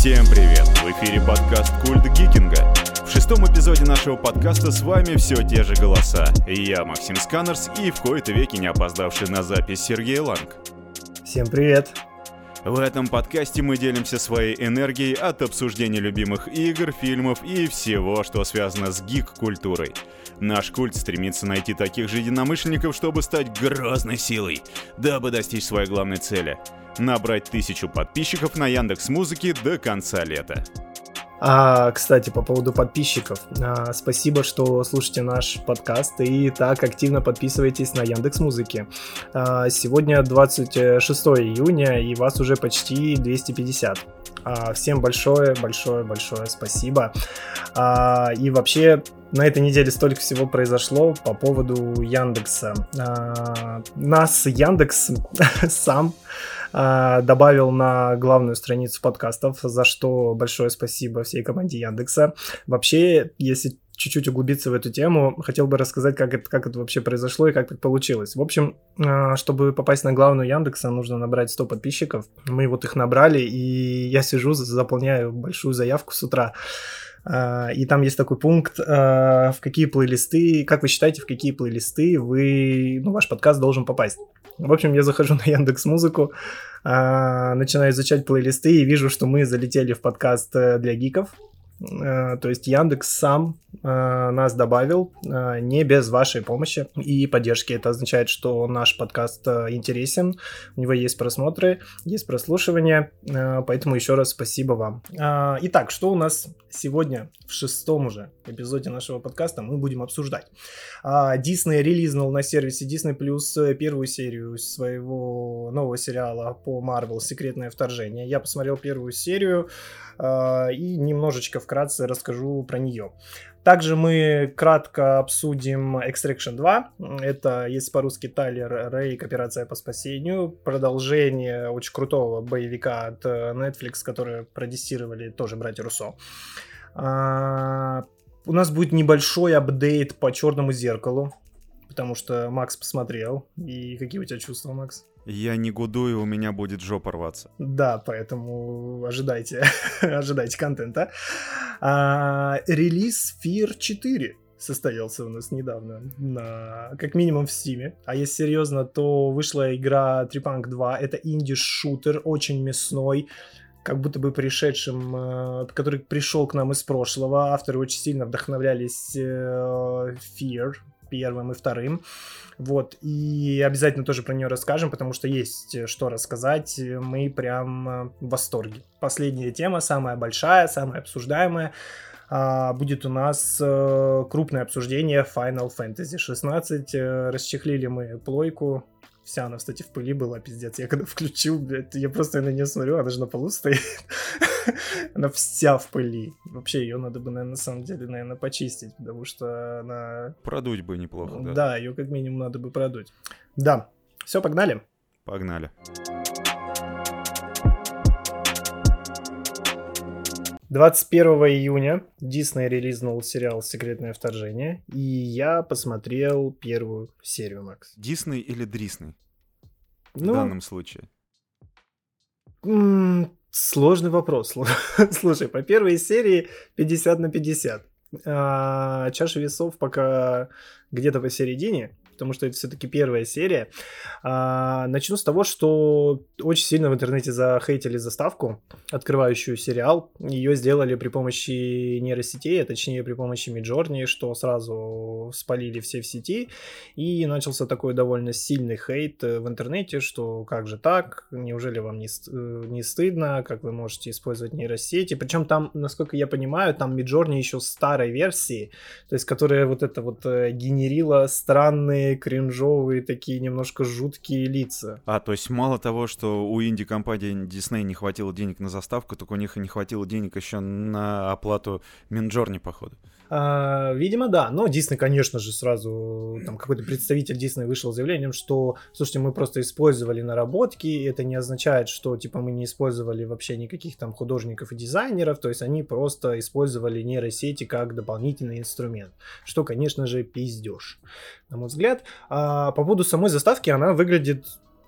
Всем привет! В эфире подкаст «Культ Гикинга». В 6-м эпизоде нашего подкаста с вами все те же голоса. Я Максим Сканерс и в кои-то веки не опоздавший на запись Сергей Ланг. Всем привет! В этом подкасте мы делимся своей энергией от обсуждения любимых игр, фильмов и всего, что связано с гик-культурой. Наш культ стремится найти таких же единомышленников, чтобы стать грозной силой, дабы достичь своей главной цели — набрать 1000 подписчиков на Яндекс.Музыке до конца лета. Кстати, по поводу подписчиков. Спасибо, что слушаете наш подкаст и так активно подписываетесь на Яндекс.Музыке. Сегодня 26 июня, и вас уже почти 250. Всем большое спасибо. И вообще, на этой неделе столько всего произошло по поводу Яндекса. Нас Яндекс сам добавил на главную страницу подкастов, за что большое спасибо всей команде Яндекса. Вообще, если чуть-чуть углубиться в эту тему, хотел бы рассказать, как это вообще произошло и как так получилось. В общем, чтобы попасть на главную Яндекса, нужно набрать 100 подписчиков. Мы вот их набрали, и я сижу, заполняю большую заявку с утра. И там есть такой пункт, в какие плейлисты, как вы считаете, в какие плейлисты ваш подкаст должен попасть. В общем, я захожу на Яндекс.Музыку, начинаю изучать плейлисты и вижу, что мы залетели в подкаст для гиков. То есть Яндекс сам нас добавил не без вашей помощи и поддержки. Это означает, что наш подкаст интересен, у него есть просмотры, есть прослушивания, поэтому еще раз спасибо вам. Итак, что у нас сегодня в 6-м уже эпизоде нашего подкаста мы будем обсуждать. Disney релизнул на сервисе Disney Plus первую серию своего нового сериала по Marvel «Секретное вторжение». Я посмотрел первую серию и немножечко вкратце расскажу про нее. Также мы кратко обсудим Extraction 2. Это, есть по-русски, Тайлер Рейк, «Операция по спасению». Продолжение очень крутого боевика от Netflix, который продюсировали тоже братья Руссо. У нас будет небольшой апдейт по «Черному зеркалу», потому что Макс посмотрел. И какие у тебя чувства, Макс? Я негодую, у меня будет жопа рваться. Да, поэтому ожидайте контента. Релиз Fear 4 состоялся у нас недавно, как минимум в Steam. А если серьезно, то вышла игра Tripunk 2. Это инди-шутер, очень мясной, как будто бы который пришел к нам из прошлого. Авторы очень сильно вдохновлялись Fear первым и вторым. Вот, и обязательно тоже про нее расскажем, потому что есть что рассказать. Мы прям в восторге. Последняя тема, самая большая, самая обсуждаемая, будет у нас крупное обсуждение Final Fantasy 16. Расчехлили мы плойку. Вся она, кстати, в пыли была, пиздец. Я когда включил, блядь, я просто на нее смотрю, она же на полу стоит. Она вся в пыли. Вообще, ее надо бы, наверное, на самом деле, почистить, потому что она... Продуть бы неплохо, да. Да, ее как минимум надо бы продуть. Да, все, погнали? Погнали. 21 июня Disney релизнул сериал «Секретное вторжение», и я посмотрел первую серию, Макс. Дисней или Дрисней? В данном случае. Сложный вопрос. Слушай, по первой серии 50/50. Чаша весов пока где-то посередине, потому что это все-таки первая серия. Начну с того, что очень сильно в интернете захейтили заставку, открывающую сериал. Ее сделали при помощи нейросетей, а точнее при помощи Midjourney, что сразу спалили все в сети. И начался такой довольно сильный хейт в интернете, что как же так, неужели вам не стыдно, как вы можете использовать нейросети. Причем там, насколько я понимаю, там Midjourney еще старой версии, то есть которая вот это вот генерила странные, кринжовые, такие немножко жуткие лица. То есть мало того, что у инди-компании Disney не хватило денег на заставку, так у них и не хватило денег еще на оплату Midjourney, походу. Видимо, да. Но Disney, конечно же, сразу там какой-то представитель Disney вышел с заявлением, что, слушайте, мы просто использовали наработки, это не означает, что, типа, мы не использовали вообще никаких там художников и дизайнеров, то есть они просто использовали нейросети как дополнительный инструмент, что, конечно же, пиздеж, на мой взгляд. По поводу самой заставки, она выглядит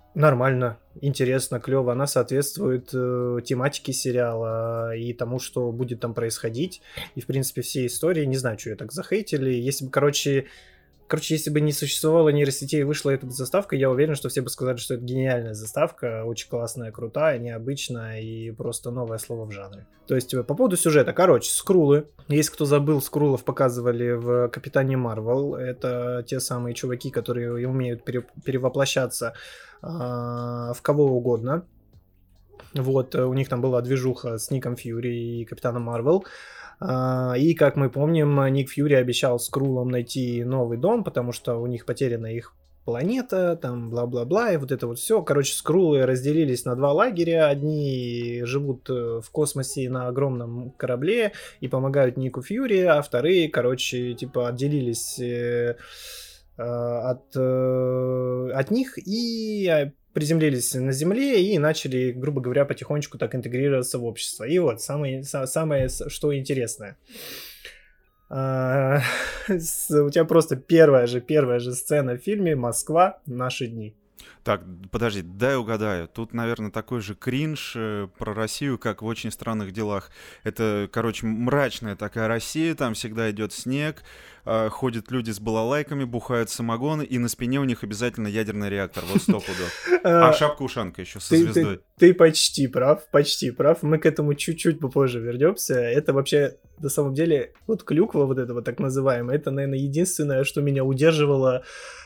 Нормально, интересно, клево. Она соответствует тематике сериала и тому, что будет там происходить. И, в принципе, все истории, не знаю, что ее так захейтили. Если бы, если бы не существовало нейросетей и вышла эта заставка, я уверен, что все бы сказали, что это гениальная заставка, очень классная, крутая, необычная и просто новое слово в жанре. То есть по поводу сюжета. Короче, скрулы. Если кто забыл, скрулов показывали в Капитане Марвел. Это те самые чуваки, которые умеют перевоплощаться в кого угодно. Вот, у них там была движуха с Ником Фьюри и Капитаном Марвел. И, как мы помним, Ник Фьюри обещал Скрулам найти новый дом, потому что у них потеряна их планета, там бла-бла-бла, и вот это вот все. Короче, Скрулы разделились на два лагеря. Одни живут в космосе на огромном корабле и помогают Нику Фьюри, а вторые, короче, типа отделились от них и приземлились на Земле и начали, грубо говоря, потихонечку так интегрироваться в общество. И вот самое что интересное. У тебя просто первая же сцена в фильме «Москва. Наши дни». Так, подожди, дай угадаю. Тут, наверное, такой же кринж про Россию, как в «Очень странных делах». Это, короче, мрачная такая Россия, там всегда идет снег, ходят люди с балалайками, бухают самогон, и на спине у них обязательно ядерный реактор, вот стопудов. А шапка-ушанка еще со звездой. Ты почти прав. Мы к этому чуть-чуть попозже вернемся. Это вообще, на самом деле, вот клюква вот этого так называемая, это, наверное, единственное, что меня удерживало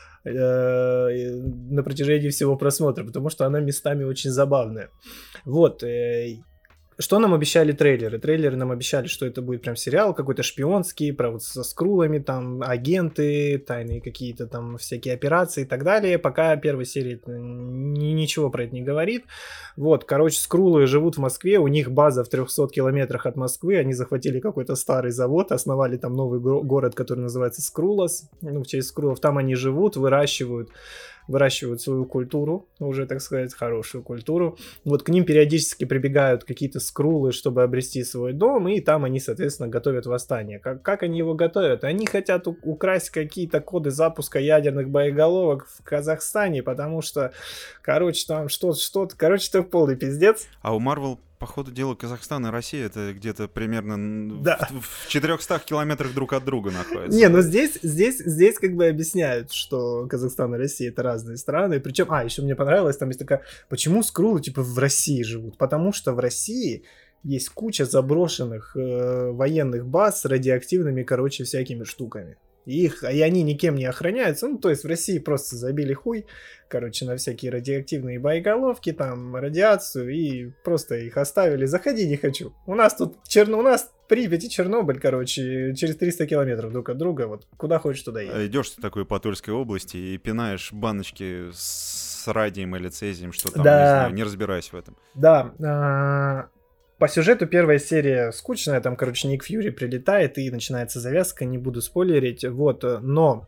на протяжении всего просмотра, потому что она местами очень забавная. Вот. Что нам обещали трейлеры? Трейлеры нам обещали, что это будет прям сериал какой-то шпионский, про вот со скрулами, там, агенты, тайные какие-то там всякие операции и так далее. Пока первой серии ничего про это не говорит. Вот, короче, скрулы живут в Москве, у них база в 300 километрах от Москвы, они захватили какой-то старый завод, основали там новый город, который называется Скрулос, ну, в честь скрулов. Там они живут, выращивают свою культуру, уже, так сказать, хорошую культуру. Вот к ним периодически прибегают какие-то скрулы, чтобы обрести свой дом, и там они, соответственно, готовят восстание. Как они его готовят? Они хотят украсть какие-то коды запуска ядерных боеголовок в Казахстане, потому что, короче, там короче, это полный пиздец. А у Marvel, по ходу дела, Казахстан и Россия это где-то примерно да. в 400 километрах друг от друга находятся. Не, но здесь как бы объясняют, что Казахстан и Россия это разные страны. Причем, еще мне понравилось, там есть такая, почему скрулы типа в России живут? Потому что в России есть куча заброшенных военных баз с радиоактивными, короче, всякими штуками. И они никем не охраняются. Ну, то есть в России просто забили хуй, короче, на всякие радиоактивные боеголовки, там, радиацию, и просто их оставили. Заходи, не хочу. У нас тут Припять и Чернобыль, короче, через 300 километров друг от друга. Вот куда хочешь, туда едешь. Идешь ты такой по Тульской области и пинаешь баночки с радием или цезием, что там, да. Не знаю, не разбирайся в этом. Да, по сюжету первая серия скучная, там, короче, Ник Фьюри прилетает и начинается завязка, не буду спойлерить, вот, но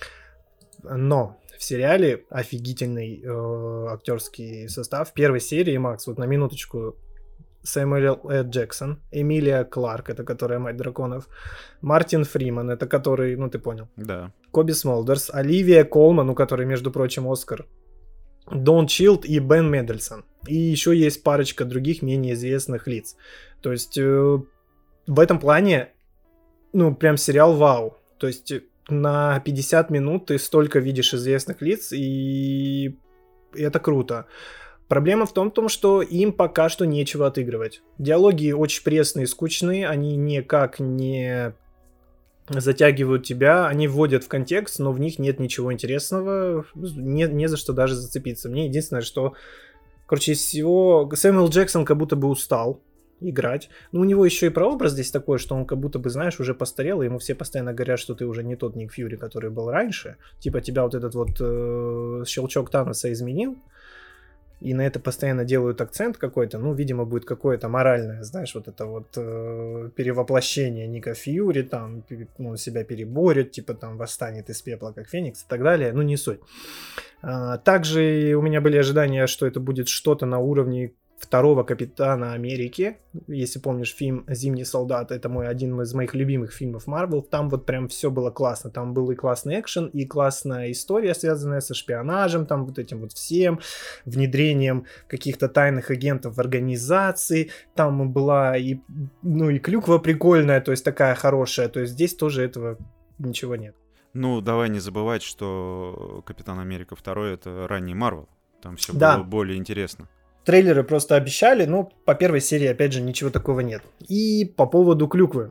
в сериале офигительный актерский состав. В первой серии, Макс, вот на минуточку, Сэмюэл Л. Джексон, Эмилия Кларк, это которая мать драконов, Мартин Фриман, это который, ну ты понял, да. Коби Смолдерс, Оливия Колман, у которой, между прочим, Оскар, Дон Чилд и Бен Мендельсон. И еще есть парочка других менее известных лиц. То есть в этом плане, ну, прям сериал вау. То есть на 50 минут ты столько видишь известных лиц, и это круто. Проблема в том, что им пока что нечего отыгрывать. Диалоги очень пресные, скучные, они никак не затягивают тебя, они вводят в контекст, но в них нет ничего интересного, не за что даже зацепиться. Мне единственное, что, короче, из всего Сэмюэл Джексон как будто бы устал играть. Ну, у него еще и прообраз здесь такой, что он как будто бы, знаешь, уже постарел, и ему все постоянно говорят, что ты уже не тот Ник Фьюри, который был раньше. Типа тебя вот этот вот щелчок Таноса изменил. И на это постоянно делают акцент какой-то, ну, видимо, будет какое-то моральное, знаешь, вот это вот перевоплощение Ника Фьюри, там, он себя переборет, типа там восстанет из пепла, как Феникс и так далее, ну, не суть. Также у меня были ожидания, что это будет что-то на уровне второго Капитана Америки. Если помнишь фильм «Зимний солдат», это один из моих любимых фильмов Marvel. Там вот прям все было классно. Там был и классный экшен, и классная история, связанная со шпионажем, там вот этим вот всем, внедрением каких-то тайных агентов в организации. Там была и клюква прикольная, то есть такая хорошая. То есть здесь тоже этого ничего нет. Ну, давай не забывать, что Капитан Америка 2 это ранний Марвел. Там все было более интересно. Трейлеры просто обещали, но по первой серии, опять же, ничего такого нет. И по поводу клюквы.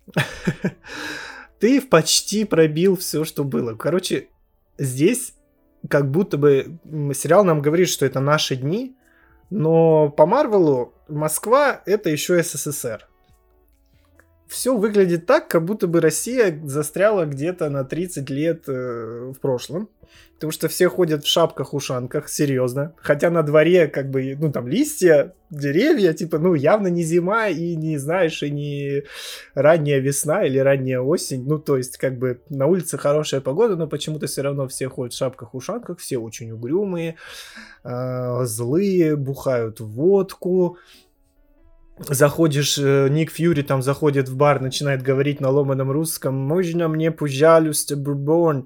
Ты почти пробил все, что было. Короче, здесь как будто бы сериал нам говорит, что это наши дни, но по Марвелу Москва — это еще СССР. Все выглядит так, как будто бы Россия застряла где-то на 30 лет в прошлом. Потому что все ходят в шапках-ушанках, серьезно. Хотя на дворе как бы, там листья, деревья, явно не зима и не, знаешь, и не ранняя весна или ранняя осень. То есть как бы на улице хорошая погода, но почему-то все равно все ходят в шапках-ушанках, все очень угрюмые, злые, бухают водку. Заходишь, Ник Фьюри там заходит в бар, начинает говорить на ломаном русском: «Можно мне, пожалуйста, бурбон?»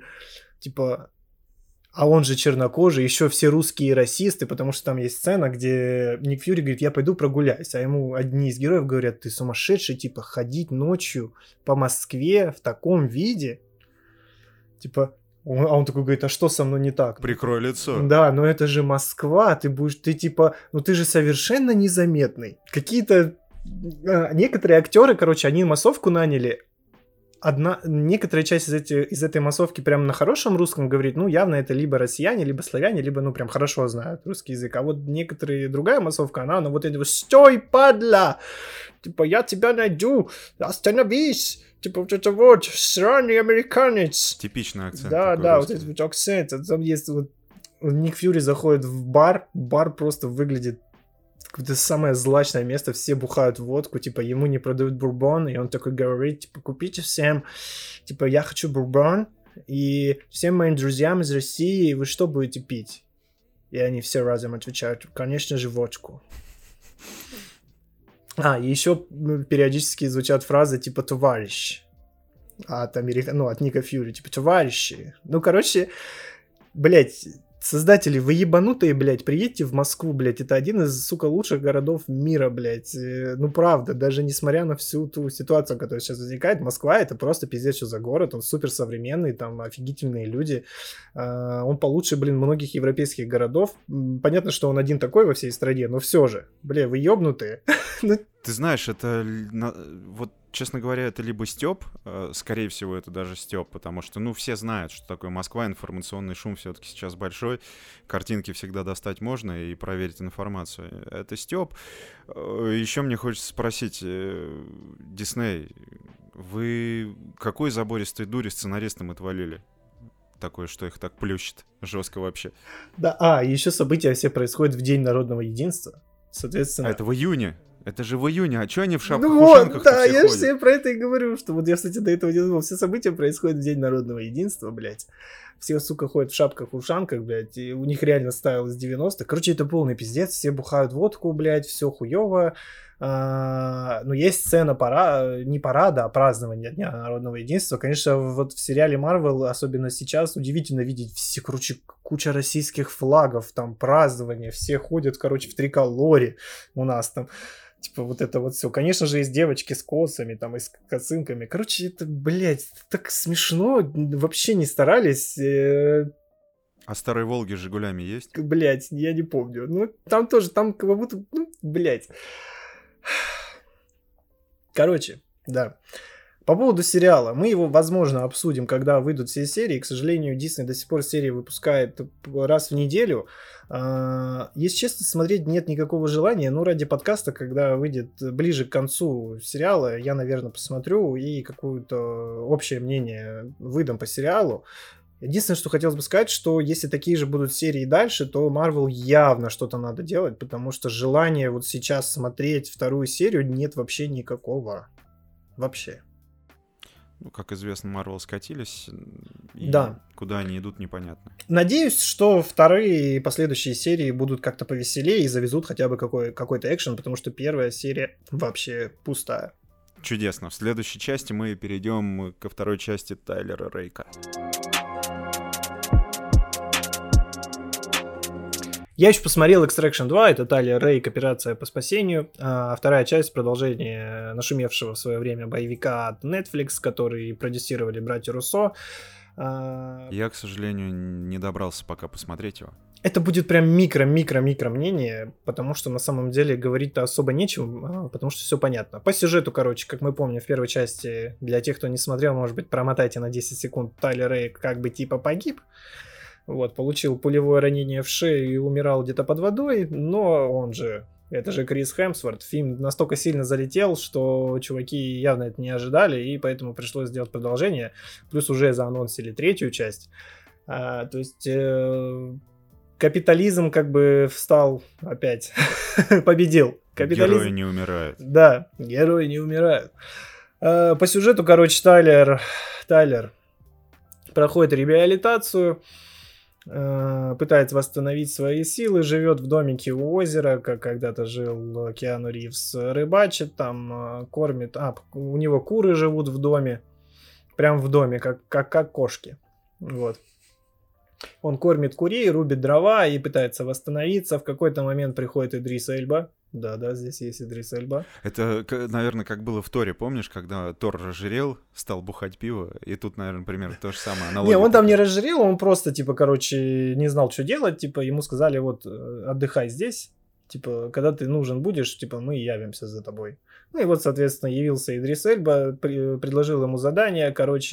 А он же чернокожий, еще все русские расисты, потому что там есть сцена, где Ник Фьюри говорит: «Я пойду прогуляюсь», а ему одни из героев говорят: «Ты сумасшедший, ходить ночью по Москве в таком виде?» А он такой говорит: «А что со мной не так?» Прикрой лицо. Да, но это же Москва, ты же совершенно незаметный. Какие-то некоторые актеры, они массовку наняли. Некоторая часть из этой массовки прям на хорошем русском говорит, явно это либо россияне, либо славяне, либо, прям хорошо знают русский язык. А вот другая массовка, она вот это вот: «Стой, падла! Я тебя найду! Остановись! Вот это вот, сраный американец!» Типичный акцент. Да, вот этот вот акцент. Там есть Ник Фьюри заходит в бар просто выглядит какое-то самое злачное место, все бухают водку, ему не продают бурбон, и он такой говорит: купите всем, я хочу бурбон, и всем моим друзьям из России вы что будете пить? И они все разом отвечают: конечно же, водку. И еще периодически звучат фразы «товарищ» от Ника Фьюри, «товарищи». Блять, создатели, вы ебанутые, блять, приедьте в Москву, блять, это один из, лучших городов мира, блять. Правда, даже несмотря на всю ту ситуацию, которая сейчас возникает, Москва — это просто пиздец, что за город, он супер современный, там офигительные люди, он получше, многих европейских городов. Понятно, что он один такой во всей стране, но все же, вы ебнутые. Ты знаешь, это, честно говоря, это либо стёб, скорее всего, это даже стёб, потому что, все знают, что такое Москва, информационный шум все-таки сейчас большой, картинки всегда достать можно и проверить информацию. Это стёб. Еще мне хочется спросить, Дисней, вы какой забористой дури сценаристам отвалили? Такое, что их так плющит жестко вообще. Да, еще события все происходят в День народного единства, соответственно. А это в июне. Это же в июне, а что они в шапках-ушанках да, я ходят? же себе про это и говорю, что я, кстати, до этого не думал. Все события происходят в День народного единства, блядь. Все, ходят в шапках-ушанках, блядь, и у них реально стайл из 90-х. Короче, это полный пиздец, все бухают водку, блядь, все хуёво. Есть сцена не парада, а празднования Дня народного единства. Конечно, в сериале Marvel, особенно сейчас, удивительно видеть все, куча российских флагов, там, празднования, все ходят, в триколоре у нас там. Вот это вот все. Конечно же, есть девочки с косами, там, и с косынками. Это, блядь, так смешно. Вообще не старались. А старые Волги с Жигулями есть? Блядь, я не помню. Там тоже, там как будто, блядь. Короче, да. По поводу сериала. Мы его, возможно, обсудим, когда выйдут все серии. К сожалению, Disney до сих пор серии выпускает раз в неделю. Если честно, смотреть нет никакого желания. Ради подкаста, когда выйдет ближе к концу сериала, я, наверное, посмотрю и какое-то общее мнение выдам по сериалу. Единственное, что хотелось бы сказать, что если такие же будут серии дальше, то Marvel явно что-то надо делать, потому что желания вот сейчас смотреть вторую серию нет вообще никакого. Вообще. как известно, Marvel скатились, и Да. куда они идут, непонятно. Надеюсь, что вторые и последующие серии будут как-то повеселее и завезут хотя бы какой-то экшен, потому что первая серия вообще пустая. Чудесно. В следующей части мы перейдем ко второй части Тайлера Рейка. Я еще посмотрел Extraction 2, это Тайлер Рейк, операция по спасению. Вторая часть, продолжение нашумевшего в свое время боевика от Netflix, который продюсировали братья Руссо. Я, к сожалению, не добрался пока посмотреть его. Это будет прям микро мнение, потому что на самом деле говорить-то особо нечего, потому что все понятно. По сюжету, короче, как мы помним в первой части, для тех, кто не смотрел, может быть, промотайте на 10 секунд, Тайлер Рейк как бы типа погиб. Вот, получил пулевое ранение в шею и умирал где-то под водой, но это же Крис Хемсворт, фильм настолько сильно залетел, что чуваки явно это не ожидали, и поэтому пришлось сделать продолжение, плюс уже заанонсили третью часть. То есть капитализм как бы встал опять, победил. Капитализм... Герои не умирают. Да, герои не умирают. По сюжету, короче, Тайлер проходит реабилитацию, пытается восстановить свои силы, живет в домике у озера, как когда-то жил Киану Ривз, рыбачит там, кормит, у него куры живут в доме, прям в доме, как кошки, вот. Он кормит курей, рубит дрова и пытается восстановиться. В какой-то момент приходит Идрис Эльба. Да, здесь есть Идрис Эльба. Это, наверное, как было в Торе, помнишь, когда Тор разжирел, стал бухать пиво, и тут, наверное, примерно то же самое. Не, он там не разжирел, он просто, не знал, что делать, ему сказали, вот, отдыхай здесь, когда ты нужен будешь, мы явимся за тобой. Ну и вот, соответственно, явился Идрис Эльба, предложил ему задание,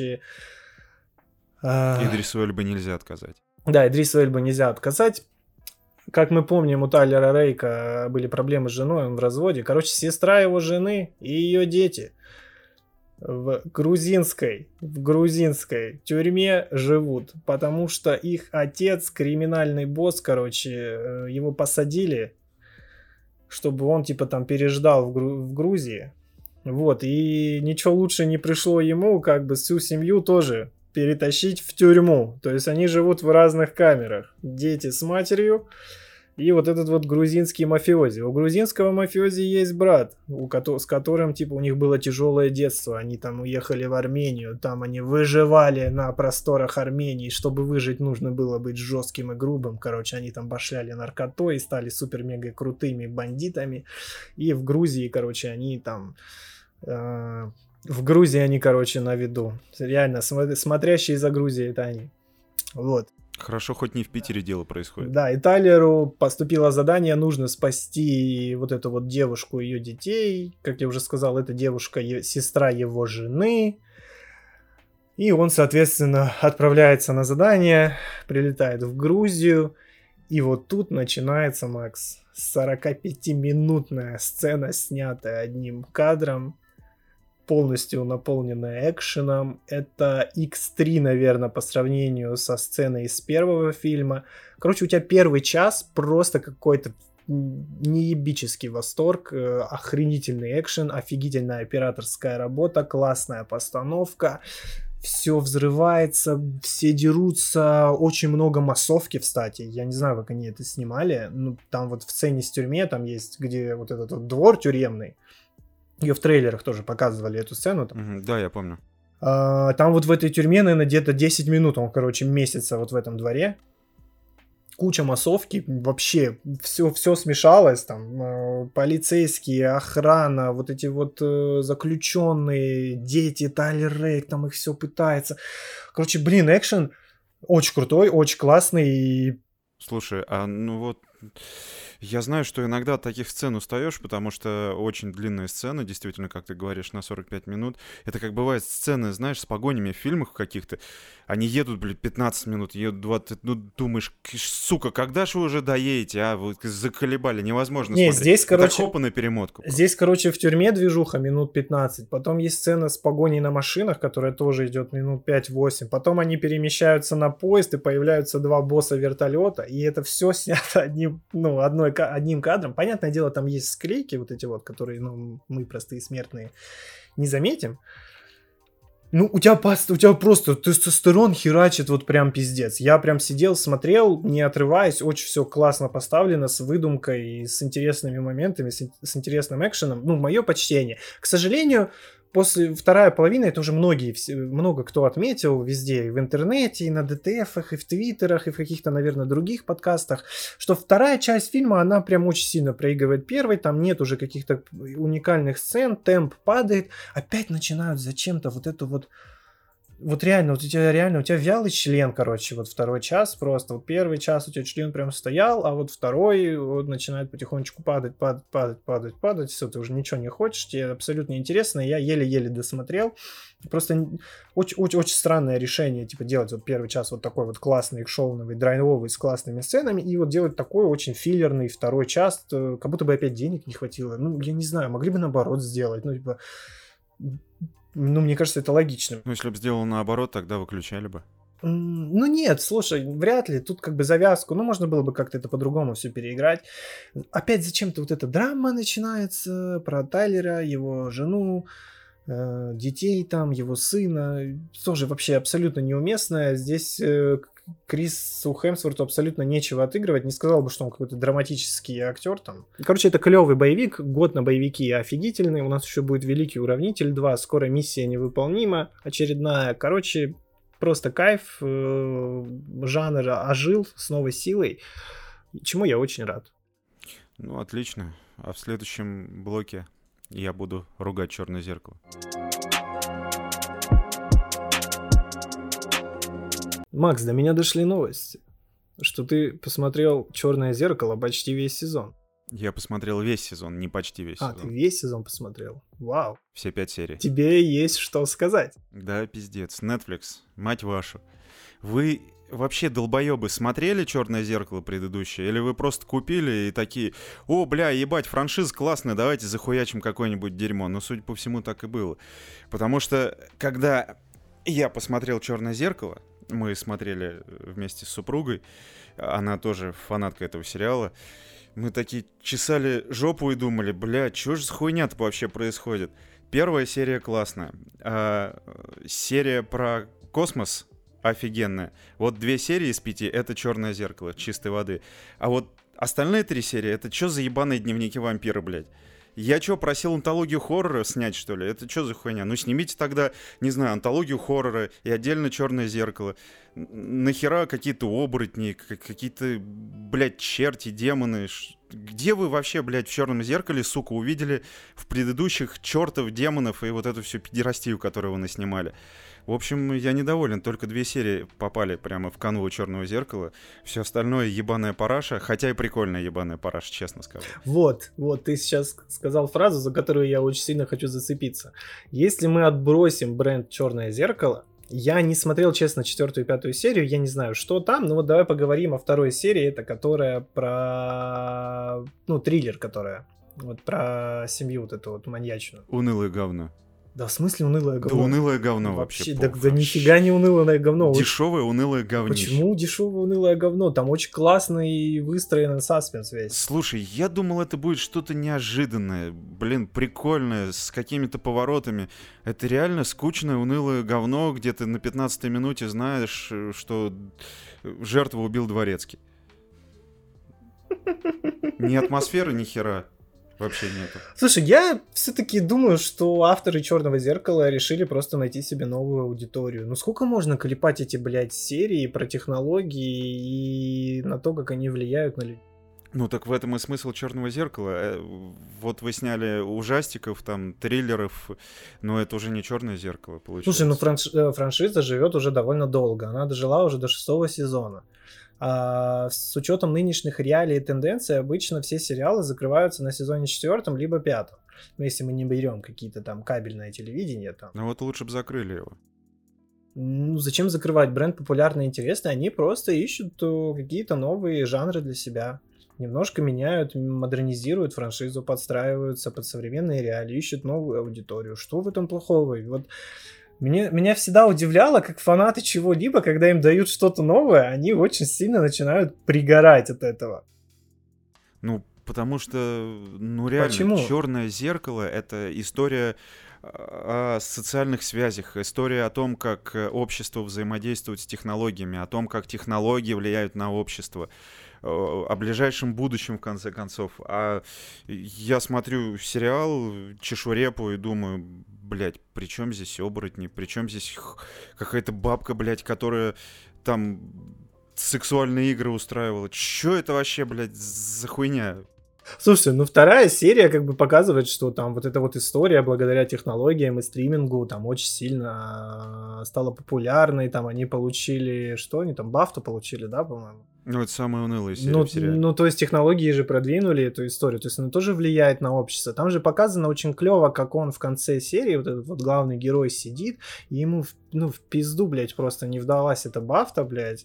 Идрису Эльбе нельзя отказать. Да, Идрису Эльбе нельзя отказать. Как мы помним, у Тайлера Рейка были проблемы с женой, он в разводе. Сестра его жены и ее дети в грузинской тюрьме живут, потому что их отец, криминальный босс, его посадили, чтобы он, там переждал в Грузии. Вот, и ничего лучше не пришло ему, всю семью тоже перетащить в тюрьму. То есть они живут в разных камерах. Дети с матерью и вот этот вот грузинский мафиози. У грузинского мафиози есть брат, с которым, у них было тяжелое детство. Они там уехали в Армению, там они выживали на просторах Армении. Чтобы выжить, нужно было быть жестким и грубым. Они там башляли наркотой и стали супер-мега крутыми бандитами. И в Грузии, они там... В Грузии они, на виду. Реально, смотрящие за Грузией это они. Вот. Хорошо, хоть не в Питере дело происходит. Да, и Тайлеру поступило задание, нужно спасти вот эту вот девушку и ее детей. Как я уже сказал, эта девушка сестра его жены. И он, соответственно, отправляется на задание, прилетает в Грузию. И вот тут начинается, Макс, 45-минутная сцена, снятая одним кадром, полностью наполненная экшеном. Это X3, наверное, по сравнению со сценой из первого фильма. У тебя первый час просто какой-то неебический восторг, охренительный экшен, офигительная операторская работа, классная постановка. Все взрывается, все дерутся, очень много массовки, кстати. Я не знаю, как они это снимали. Там вот в сцене с тюрьме, там есть, где вот этот вот двор тюремный. Ее в трейлерах тоже показывали, эту сцену. Да, я помню. Там вот в этой тюрьме, наверное, где-то 10 минут он, месяца вот в этом дворе. Куча массовки, вообще все смешалось. Там полицейские, охрана, вот эти вот заключенные, дети, Тайлер Рейк, там их все пытается. Экшен очень крутой, очень классный. Слушай, я знаю, что иногда от таких сцен устаешь, потому что очень длинные сцены, действительно, как ты говоришь, на 45 минут. Это как бывает сцены, знаешь, с погонями в фильмах каких-то. Они едут, 15 минут, едут 20, думаешь, сука, когда же вы уже доедете, Вы заколебали, невозможно смотреть. Здесь, это хопа на перемотку. Здесь, в тюрьме движуха минут 15, потом есть сцена с погоней на машинах, которая тоже идет минут 5-8, потом они перемещаются на поезд, и появляются два босса вертолета, и это все снято одним кадром. Понятное дело, там есть склейки вот эти вот, которые, мы, простые смертные, не заметим. Ну, у тебя просто тестостерон херачит вот прям пиздец. Я прям сидел, смотрел, не отрываясь, очень все классно поставлено, с выдумкой, с интересными моментами, с интересным экшеном. Ну, мое почтение. К сожалению, после вторая половина, это уже много кто отметил везде, и в интернете, и на ДТФах, и в твиттерах, и в каких-то, наверное, других подкастах, что вторая часть фильма, она прям очень сильно проигрывает первой, там нет уже каких-то уникальных сцен, темп падает, опять начинают зачем-то вот эту вот реально, у тебя вялый член, короче, вот второй час просто. Вот первый час у тебя член прям стоял, а вот второй вот начинает потихонечку падать. Все, ты уже ничего не хочешь, тебе абсолютно неинтересно. Я еле-еле досмотрел. Просто очень странное решение, типа, делать вот первый час вот такой вот классный, шоуновый, драйвовый, с классными сценами, и вот делать такой очень филлерный второй час, как будто бы опять денег не хватило. Ну, я не знаю, могли бы наоборот сделать. Ну, типа... Ну, мне кажется, это логичным. Ну, если бы сделал наоборот, тогда выключали бы. Ну нет, слушай, вряд ли. Тут как бы завязку, ну можно было бы как-то это по-другому все переиграть. Опять зачем-то вот эта драма начинается про Тайлера, его жену, детей там, его сына. Тоже вообще абсолютно неуместная. Здесь Крису Хемсворту абсолютно нечего отыгрывать. Не сказал бы, что он какой-то драматический актер там. Короче, это клевый боевик. Год на боевики офигительный. У нас еще будет Великий Уравнитель 2. Скоро миссия невыполнима. Очередная. Короче, просто кайф. Жанр ожил с новой силой. Чему я очень рад. Ну, отлично. А в следующем блоке я буду ругать «Черное зеркало». Макс, до меня дошли новости, что ты посмотрел «Черное зеркало» почти весь сезон. Я посмотрел весь сезон, не почти весь сезон. А, ты весь сезон посмотрел? Вау. Все 5 серий. Тебе есть что сказать. Да, пиздец. Netflix, мать вашу. Вы вообще, долбоебы, смотрели «Черное зеркало» предыдущее? Или вы просто купили и такие: о, бля, ебать, франшиза классная, давайте захуячим какое-нибудь дерьмо. Но, судя по всему, так и было. Потому что, когда я посмотрел «Черное зеркало», мы смотрели вместе с супругой, она тоже фанатка этого сериала, мы такие чесали жопу и думали: бля, чё же за хуйня-то вообще происходит? Первая серия классная, серия про космос офигенная. Вот 2 серии из 5 — это «Черное зеркало» чистой воды. А вот остальные 3 серии — это чё за ебаные дневники вампира, блядь? Я чё, просил антологию хоррора снять, что ли? Это чё за хуйня? Ну, снимите тогда, не знаю, антологию хоррора и отдельно «Черное зеркало». Нахера какие-то оборотни, какие-то, блядь, черти, демоны? Где вы вообще, блядь, в «Черном зеркале», сука, увидели в предыдущих чертов демонов и вот эту всю педерастию, которую вы наснимали? В общем, я недоволен. Только 2 серии попали прямо в канву «Черного зеркала». Все остальное ебаная параша, хотя и прикольная ебаная параша, честно скажу. Вот, ты сейчас сказал фразу, за которую я очень сильно хочу зацепиться. Если мы отбросим бренд «Черное зеркало», я не смотрел, честно, 4-ю и 5-ю серию, я не знаю, что там, но вот давай поговорим о 2-й серии, это которая про... Ну, триллер, которая... Вот про семью вот эту вот маньячную. Унылое говно. Да, в смысле унылое говно? Да унылое говно вообще. Да нифига не унылое говно. Дешевое унылое говнище. Почему дешевое унылое говно? Там очень классный выстроенный саспенс весь. Слушай, я думал, это будет что-то неожиданное, блин, прикольное, с какими-то поворотами. Это реально скучное унылое говно, где ты на 15-й минуте знаешь, что жертву убил Дворецкий. Ни атмосферы, ни хера. Вообще нету. Слушай, я все-таки думаю, что авторы «Черного зеркала» решили просто найти себе новую аудиторию. Ну сколько можно клепать эти, блядь, серии про технологии и на то, как они влияют на людей? Ну так в этом и смысл «Черного зеркала». Вот вы сняли ужастиков, там, триллеров, но это уже не «Черное зеркало», получается. Слушай, ну франшиза живет уже довольно долго. Она дожила уже до 6-го сезона. А с учетом нынешних реалий и тенденций обычно все сериалы закрываются на сезоне 4-м либо 5-м. Ну, если мы не берем какие-то там кабельное телевидение. Там. Ну вот лучше бы закрыли его. Ну, зачем закрывать? Бренд популярный и интересный. Они просто ищут какие-то новые жанры для себя. Немножко меняют, модернизируют франшизу, подстраиваются под современные реалии, ищут новую аудиторию. Что в этом плохого? Вот меня всегда удивляло, как фанаты чего-либо, когда им дают что-то новое, они очень сильно начинают пригорать от этого. Ну, потому что, ну реально, Почему? «Черное зеркало» — это история о социальных связях, история о том, как общество взаимодействует с технологиями, о том, как технологии влияют на общество, о ближайшем будущем, в конце концов. А я смотрю сериал «Чешурепу» и думаю, блядь, при чем здесь оборотни, при чем здесь какая-то бабка, блядь, которая там сексуальные игры устраивала. Чё это вообще, блядь, за хуйня? Слушайте, ну вторая серия как бы показывает, что там вот эта вот история благодаря технологиям и стримингу там очень сильно стала популярной, там они получили, что они там, Бафту получили, да, по-моему? Ну, это самая унылая серия в сериале. Ну, то есть технологии же продвинули эту историю, то есть она тоже влияет на общество. Там же показано очень клево, как он в конце серии, вот этот вот главный герой сидит, и ему, в пизду, блядь, просто не вдалась эта Бафта, блядь.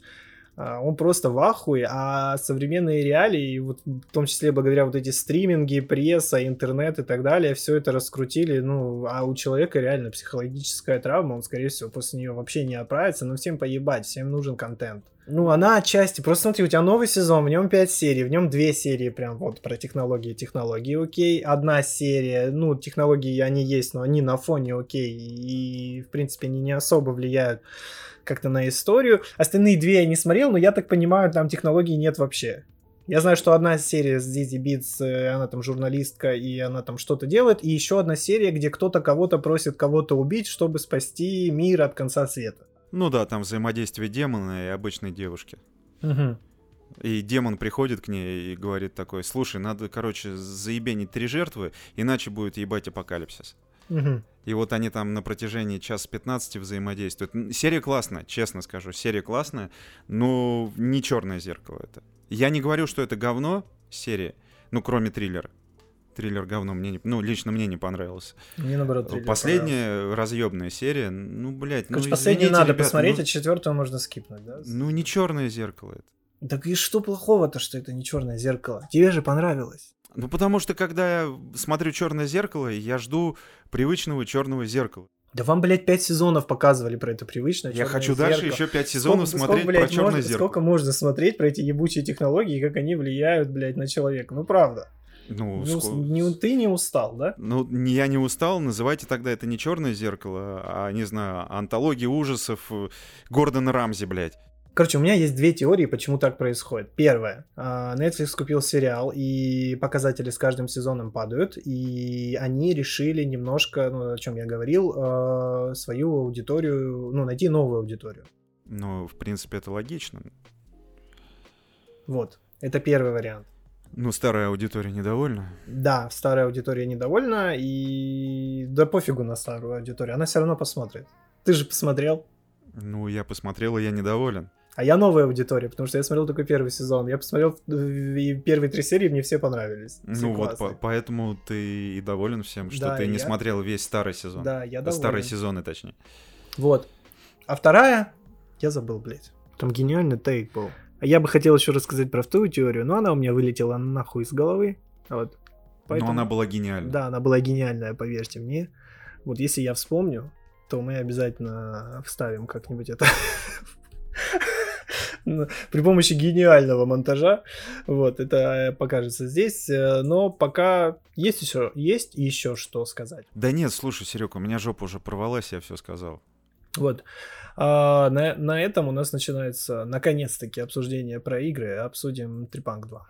Он просто в ахуе, а современные реалии, вот, в том числе благодаря вот эти стриминги, пресса, интернет и так далее, все это раскрутили, ну, а у человека реально психологическая травма, он, скорее всего, после нее вообще не оправится, но всем поебать, всем нужен контент. Ну, она отчасти, просто смотри, у тебя новый сезон, в нем 5 серий, в нем 2 серии прям вот про технологии, окей, одна серия, ну, технологии они есть, но они на фоне, окей, и, в принципе, они не особо влияют как-то на историю. Остальные 2 я не смотрел, но я так понимаю, там технологий нет вообще. Я знаю, что одна серия с Дизи Битс, она там журналистка, и она там что-то делает, и еще одна серия, где кто-то кого-то просит кого-то убить, чтобы спасти мир от конца света. Ну да, там взаимодействие демона и обычной девушки. Угу. И демон приходит к ней и говорит такой: слушай, надо, короче, заебенить 3 жертвы, иначе будет ебать апокалипсис. Угу. И вот они там на протяжении часа 15 взаимодействуют. Серия классная, честно скажу, серия классная, но не «Черное зеркало» это. Я не говорю, что это говно, серия, ну, кроме триллера. Триллер говно лично мне не понравился. Мне, наоборот, триллер Последняя разъебная серия, ну, блядь, короче, ну, последнюю извините, надо ребят, посмотреть, а 4-ю можно скипнуть, да? Ну, не «Черное зеркало» это. Так и что плохого-то, что это не «Черное зеркало»? Тебе же понравилось. Ну, потому что, когда я смотрю «Черное зеркало», я жду привычного «Черного зеркала». Да вам, блядь, 5 сезонов показывали про это привычное Я хочу зеркало. дальше еще 5 сезонов смотреть блядь, про «Черное зеркало». Сколько можно смотреть про эти ебучие технологии и как они влияют, блядь, на человека? Ну, правда. Ты не устал, да? Ну, я не устал, называйте тогда это не «Черное зеркало», а, не знаю, антология ужасов Гордона Рамзи, блядь. Короче, у меня есть 2 теории, почему так происходит. Первая. Netflix купил сериал, и показатели с каждым сезоном падают, и они решили немножко, ну, о чем я говорил, свою аудиторию, ну, найти новую аудиторию. Ну, в принципе, это логично. Вот. Это первый вариант. Ну, старая аудитория недовольна. Да, старая аудитория недовольна, и да пофигу на старую аудиторию, она все равно посмотрит. Ты же посмотрел. Ну, я посмотрел, и я недоволен. А я новая аудитория, потому что я смотрел только первый сезон. Я посмотрел и первые 3 серии, мне все понравились. Все ну классные. вот, поэтому ты и доволен всем, что Да, ты не смотрел весь старый сезон. Да, я доволен. Старые сезоны, точнее. Вот. А вторая, я забыл, блядь. Там гениальный тейк был. А я бы хотел еще рассказать про вторую теорию, но она у меня вылетела нахуй из головы. Вот. Поэтому... Но она была гениальна. Да, она была гениальная, поверьте мне. Вот если я вспомню, то мы обязательно вставим как-нибудь это при помощи гениального монтажа. Вот, это покажется здесь. Но пока есть еще что сказать. Да нет, слушай, Серег, у меня жопа уже порвалась, я все сказал. Вот. На этом у нас начинается, наконец-таки, обсуждение про игры. Обсудим Tripunk 2.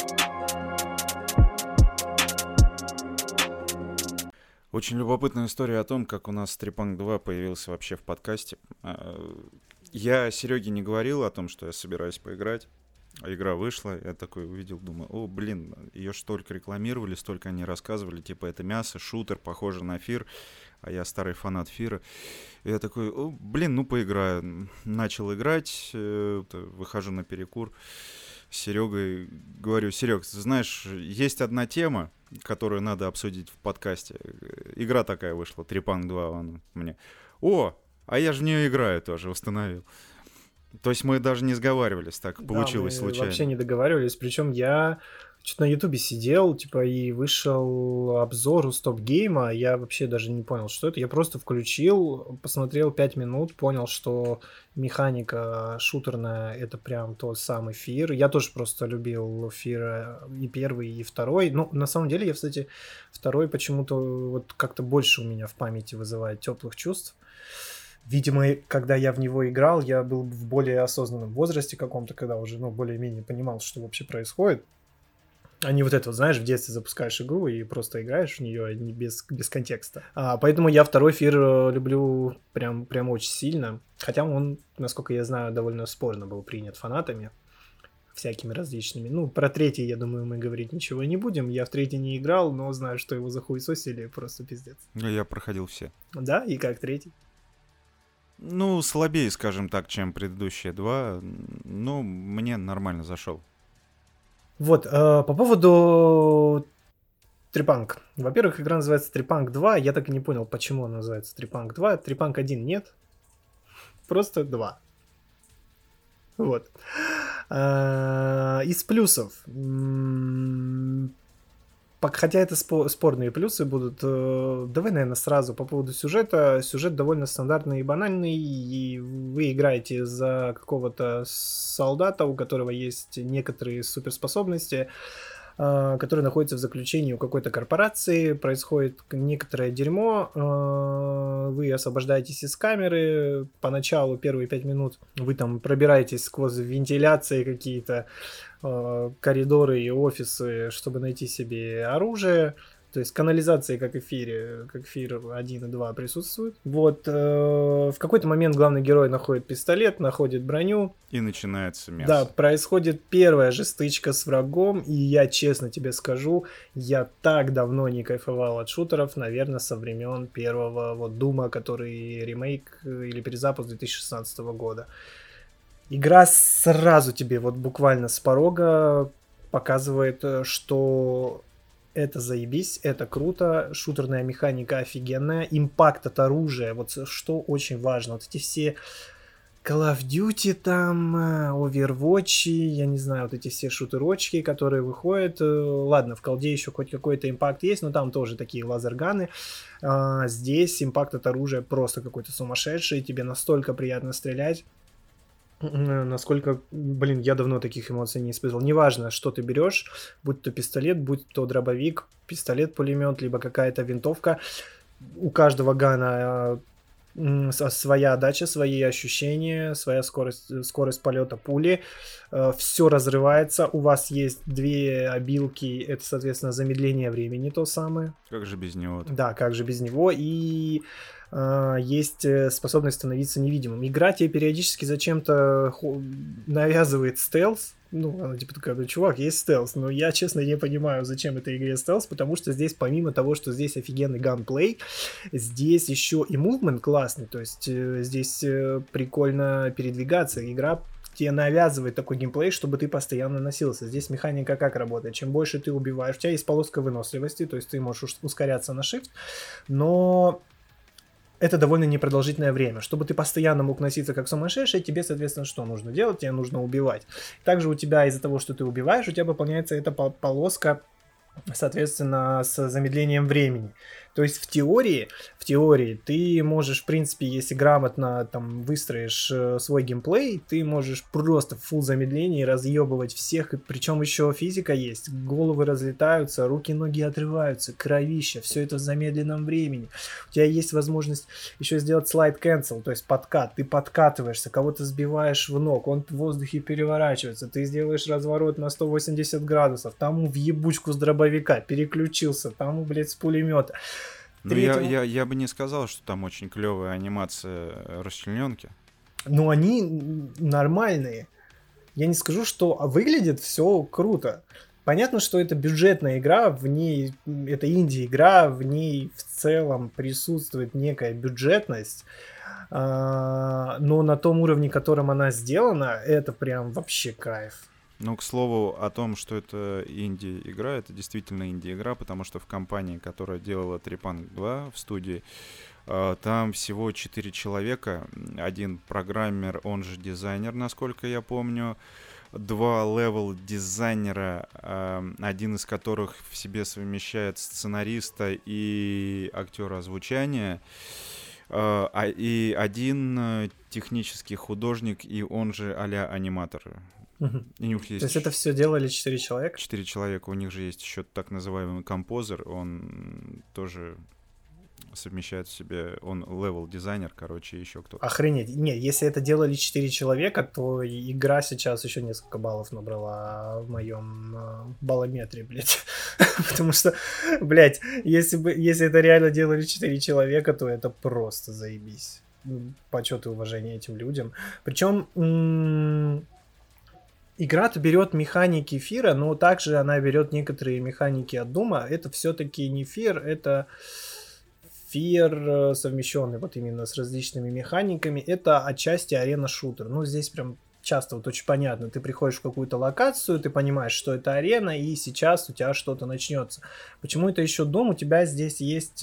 Очень любопытная история о том, как у нас Tripunk 2 появился вообще в подкасте. Я Сереге не говорил о том, что я собираюсь поиграть. А игра вышла, я такой увидел, думаю, о, блин, ее столько рекламировали, столько они рассказывали, типа это мясо, шутер, похоже на Фир, а я старый фанат Фира. И я такой, о, блин, ну поиграю. Начал играть, выхожу на перекур с Серегой, говорю, Серег, знаешь, есть одна тема, которую надо обсудить в подкасте. Игра такая вышла, Tripunk 2, он мне, о, а я же в нее играю тоже, установил. То есть мы даже не сговаривались, так получилось случайно. Вообще не договаривались, причем я что-то на Ютубе сидел, типа, и вышел обзор у Стоп Гейма. Я вообще даже не понял, что это. Я просто включил, посмотрел 5 минут, понял, что механика шутерная — это прям тот самый Фир. Я тоже просто любил Фира и первый, и второй. Ну, на самом деле, я, кстати, второй почему-то вот как-то больше у меня в памяти вызывает теплых чувств. Видимо, когда я в него играл, я был в более осознанном возрасте каком-то, когда уже, ну, более-менее понимал, что вообще происходит. А не вот это, вот, знаешь, в детстве запускаешь игру и просто играешь в нее не без контекста. Поэтому я второй Фир люблю прям очень сильно. Хотя он, насколько я знаю, довольно спорно был принят фанатами всякими различными. Ну, про третий, я думаю, мы говорить ничего не будем. Я в третий не играл, но знаю, что его захуесосили просто пиздец. Я проходил все. Да? И как третий? Ну, слабее, скажем так, чем предыдущие два. Ну, мне нормально зашел. Вот, по поводу Трипанк. Во-первых, игра называется Трипанк 2. Я так и не понял, почему она называется Трипанк 2. Трипанк 1 нет. Просто 2. Вот. Из плюсов. Хотя это спорные плюсы будут. Давай, наверное, сразу по поводу сюжета. Сюжет довольно стандартный и банальный. И вы играете за какого-то солдата, у которого есть некоторые суперспособности, который находится в заключении у какой-то корпорации, происходит некоторое дерьмо, вы освобождаетесь из камеры, поначалу первые 5 минут вы там пробираетесь сквозь вентиляции какие-то, коридоры и офисы, чтобы найти себе оружие. То есть канализации, как Эфир 1 и 2 присутствуют. Вот, в какой-то момент главный герой находит пистолет, находит броню. И начинается мясо. Да, происходит первая же стычка с врагом, и я честно тебе скажу, я так давно не кайфовал от шутеров, наверное, со времен первого вот Дума, который ремейк или перезапуск 2016 года. Игра сразу тебе вот буквально с порога показывает, что это заебись, это круто, шутерная механика офигенная, импакт от оружия, вот что очень важно, вот эти все Call of Duty там, Overwatch, я не знаю, вот эти все шутерочки, которые выходят, ладно, в колде еще хоть какой-то импакт есть, но там тоже такие лазерганы, здесь импакт от оружия просто какой-то сумасшедший, тебе настолько приятно стрелять, насколько, блин, я давно таких эмоций не испытывал. Неважно, что ты берешь, будь то пистолет, будь то дробовик, пистолет-пулемет, либо какая-то винтовка. У каждого гана своя отдача, свои ощущения, своя скорость полета пули. Все разрывается. У вас есть две обилки. Это, соответственно, замедление времени то самое. Как же без него? Да, как же без него. И есть способность становиться невидимым. Игра тебе периодически зачем-то навязывает стелс. Ну, она типа такая, чувак, есть стелс. Но я, честно, не понимаю, зачем этой игре стелс, потому что здесь, помимо того, что здесь офигенный ганплей, здесь еще и мувмент классный. То есть здесь прикольно передвигаться. Игра тебе навязывает такой геймплей, чтобы ты постоянно носился. Здесь механика как работает? Чем больше ты убиваешь, у тебя есть полоска выносливости, то есть ты можешь ускоряться на shift, но это довольно непродолжительное время. Чтобы ты постоянно мог носиться как сумасшедший, тебе, соответственно, что нужно делать? Тебе нужно убивать. Также у тебя из-за того, что ты убиваешь, у тебя выполняется эта полоска, соответственно, с замедлением времени. То есть в теории ты можешь, в принципе, если грамотно там выстроишь свой геймплей, ты можешь просто в фулл замедлении разъебывать всех, и причем еще физика есть, головы разлетаются, руки, ноги отрываются, кровища, все это в замедленном времени. У тебя есть возможность еще сделать слайд cancel, то есть подкат, ты подкатываешься, кого-то сбиваешь в ног, он в воздухе переворачивается, ты сделаешь разворот на 180 градусов, тому в ебучку с дробовика, переключился, тому, блядь, с пулемета. Ну, я бы не сказал, что там очень клевая анимация расчлененки. Ну, они нормальные. Я не скажу, что выглядит все круто. Понятно, что это бюджетная игра, в ней это инди-игра, в ней в целом присутствует некая бюджетность, но на том уровне, котором она сделана, это прям вообще кайф. Ну, к слову, о том, что это инди-игра, это действительно инди-игра, потому что в компании, которая делала Трипанк 2 в студии, там всего 4 человека, один программер, он же дизайнер, насколько я помню, два левел-дизайнера, один из которых в себе совмещает сценариста и актера озвучания, и один технический художник, и он же а-ля аниматор. И у них есть То есть это все делали 4 человека? 4 человека, у них же есть еще так называемый композер, он тоже совмещает в себе, он левел-дизайнер, короче, еще кто-то. Охренеть. Не, если это делали 4 человека, то игра сейчас еще несколько баллов набрала в моем баллометре, блядь. Потому что, блядь, если это реально делали 4 человека, то это просто заебись. Почет и уважение этим людям. Причем игра-то берет механики Фира, но также она берет некоторые механики от Дума. Это все-таки не Фир, это Фир, совмещенный вот именно с различными механиками. Это отчасти арена-шутер. Ну, здесь прям часто вот очень понятно. Ты приходишь в какую-то локацию, ты понимаешь, что это арена, и сейчас у тебя что-то начнется. Почему это еще Doom? У тебя здесь есть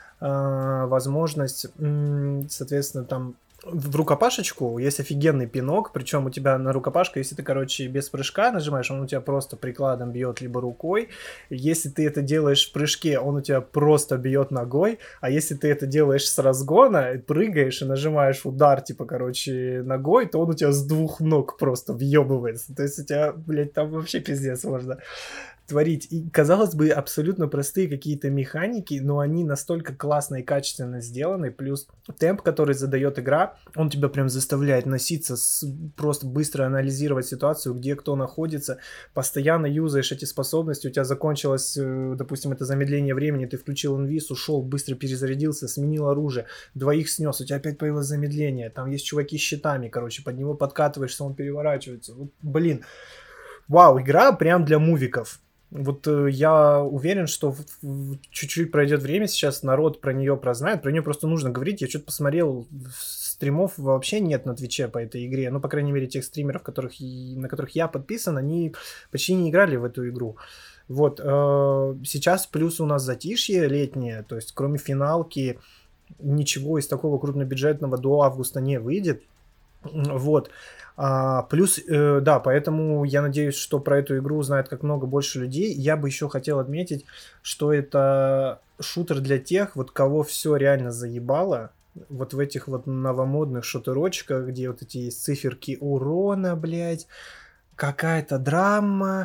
возможность, соответственно, там в рукопашечку есть офигенный пинок, причем у тебя на рукопашку, если ты, короче, без прыжка нажимаешь, он у тебя просто прикладом бьет либо рукой. Если ты это делаешь в прыжке, он у тебя просто бьет ногой. А если ты это делаешь с разгона, прыгаешь и нажимаешь удар, типа, короче, ногой, то он у тебя с двух ног просто въебывается. То есть у тебя, блядь, там вообще пиздец можно творить. И, казалось бы, абсолютно простые какие-то механики, но они настолько классно и качественно сделаны, плюс темп, который задает игра, он тебя прям заставляет носиться, просто быстро анализировать ситуацию, где кто находится, постоянно юзаешь эти способности, у тебя закончилось, допустим, это замедление времени, ты включил инвиз, ушел, быстро перезарядился, сменил оружие, двоих снес, у тебя опять появилось замедление, там есть чуваки с щитами, короче, под него подкатываешься, он переворачивается, вот, блин, вау, игра прям для мувиков. Вот я уверен, что чуть-чуть пройдет время, сейчас народ про нее прознает, про нее просто нужно говорить. Я что-то посмотрел, стримов вообще нет на Твиче по этой игре. Ну, по крайней мере, тех стримеров, на которых я подписан, они почти не играли в эту игру. Вот, сейчас плюс у нас затишье летнее, то есть кроме финалки ничего из такого крупнобюджетного до августа не выйдет. Вот. Плюс, да, поэтому я надеюсь, что про эту игру узнает как много больше людей. Я бы еще хотел отметить, что это шутер для тех, вот кого все реально заебало. Вот в этих вот новомодных шутерочках, где вот эти есть циферки урона, блядь, какая-то драма,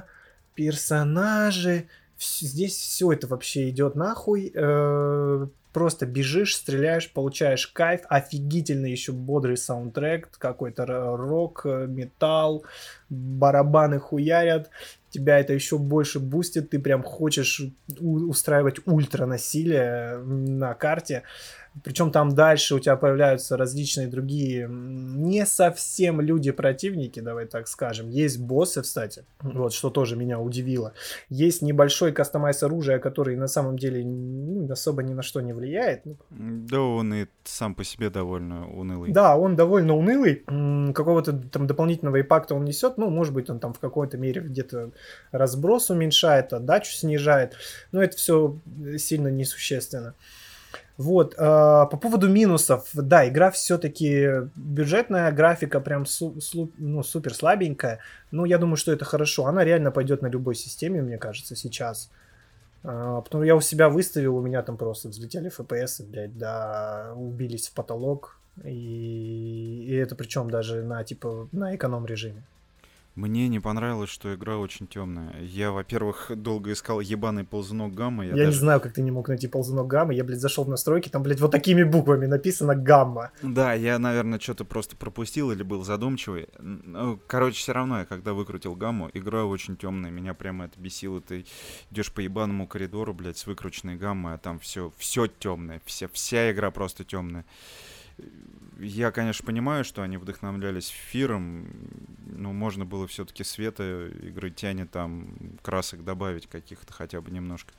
персонажи. Здесь все это вообще идет нахуй. Просто бежишь, стреляешь, получаешь кайф, офигительный еще бодрый саундтрек, какой-то рок, металл, барабаны хуярят, тебя это еще больше бустит, ты прям хочешь устраивать ультра-насилие на карте. Причем там дальше у тебя появляются различные другие, не совсем люди-противники, давай так скажем. Есть боссы, кстати, вот, что тоже меня удивило. Есть небольшой кастомайз оружия, который на самом деле особо ни на что не влияет. Да, он и сам по себе довольно унылый. Да, он довольно унылый. Какого-то там дополнительного импакта он несет. Ну, может быть, он там в какой-то мере где-то разброс уменьшает, отдачу снижает. Но это все сильно несущественно. Вот, по поводу минусов, да, игра все-таки бюджетная, графика прям супер слабенькая, но я думаю, что это хорошо, она реально пойдет на любой системе, мне кажется, сейчас. Потому я у себя выставил, у меня там просто взлетели FPS, блядь, да, убились в потолок, и это причем даже на эконом режиме. Мне не понравилось, что игра очень темная. Я, во-первых, долго искал ебаный ползунок гамма. Я не знаю, как ты не мог найти ползунок гамма. Я, блядь, зашел в настройки, там, блядь, вот такими буквами написано гамма. Да, я, наверное, что-то просто пропустил или был задумчивый. Ну, короче, все равно, я когда выкрутил гамму, игра очень темная. Меня прямо это бесило. Ты идешь по ебаному коридору, блядь, с выкрученной гаммой, а там все темное. Вся игра просто темная. Я, конечно, понимаю, что они вдохновлялись Фиром, но можно было все-таки света игры тянет там, красок добавить каких-то хотя бы немножко.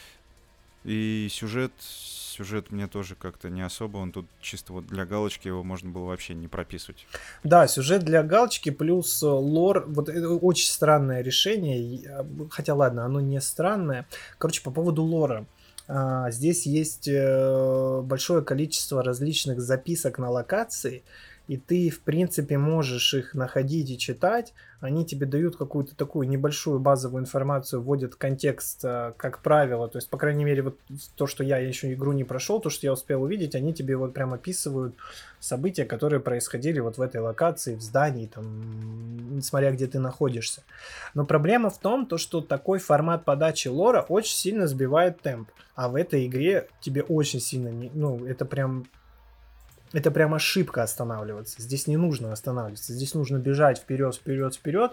И сюжет мне тоже как-то не особо, он тут чисто вот для галочки, его можно было вообще не прописывать. Да, сюжет для галочки плюс лор, вот это очень странное решение, хотя ладно, оно не странное. Короче, по поводу лора. Здесь есть большое количество различных записок на локации, и ты, в принципе, можешь их находить и читать. Они тебе дают какую-то такую небольшую базовую информацию, вводят в контекст, как правило. То есть, по крайней мере, вот то, что я еще игру не прошел, то, что я успел увидеть, они тебе вот прям описывают события, которые происходили вот в этой локации, в здании, там, смотря где ты находишься. Но проблема в том, то, что такой формат подачи лора очень сильно сбивает темп. А в этой игре тебе очень сильно, это прям ошибка останавливаться. Здесь не нужно останавливаться. Здесь нужно бежать вперед, вперед, вперед.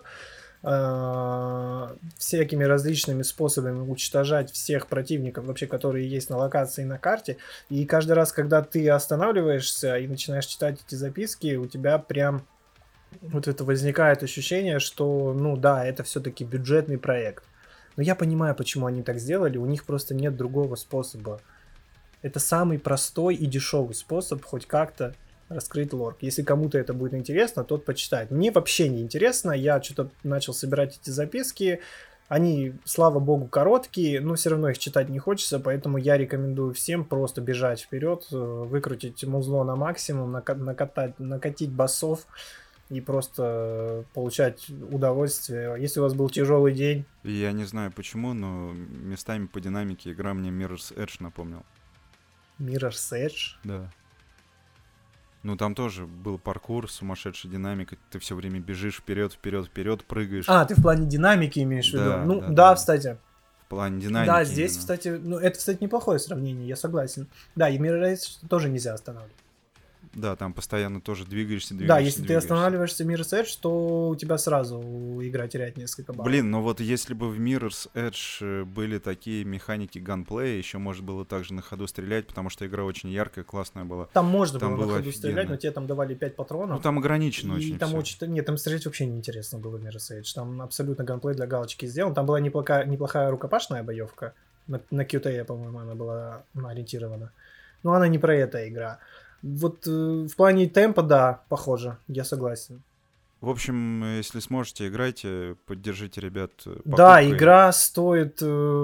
Всякими различными способами уничтожать всех противников, вообще, которые есть на локации и на карте. И каждый раз, когда ты останавливаешься и начинаешь читать эти записки, у тебя прям вот это возникает ощущение, что, ну да, это все-таки бюджетный проект. Но я понимаю, почему они так сделали. У них просто нет другого способа. Это самый простой и дешевый способ хоть как-то раскрыть лор. Если кому-то это будет интересно, тот почитает. Мне вообще не интересно. Я что-то начал собирать эти записки. Они, слава богу, короткие, но все равно их читать не хочется, поэтому я рекомендую всем просто бежать вперед, выкрутить музло на максимум, накатить басов и просто получать удовольствие. Если у вас был тяжелый день... Я не знаю почему, но местами по динамике игра мне Mirror's Edge напомнил. Mirror's Edge? Да. Ну, там тоже был паркур, сумасшедшая динамика. Ты все время бежишь вперед, вперед, вперед, прыгаешь. А, ты в плане динамики имеешь в виду? Да, Ну, да, да, да. кстати. В плане динамики. Да, здесь, именно. кстати, ну, это, кстати, неплохое сравнение, я согласен. Да, и Mirror's Edge тоже нельзя останавливать. Да, там постоянно тоже двигаешься. Да, если ты останавливаешься в Mirror's Edge, то у тебя сразу игра теряет несколько баллов. Блин, ну вот если бы в Mirror's Edge были такие механики ганплея, еще можно было также на ходу стрелять, потому что игра очень яркая, классная была. Там можно Там было на было ходу стрелять, но тебе там давали 5 патронов. Ну там ограничено и очень там всё. очень... Нет, там стрелять вообще неинтересно было в Mirror's Edge. Там абсолютно ганплей для галочки сделан. Там была неплохая рукопашная боевка. На QTE, по-моему, она была ориентирована. Но она не про это игра. Вот в плане темпа, да, похоже, я согласен. В общем, если сможете, играйте, поддержите ребят покупкой. Да, игра стоит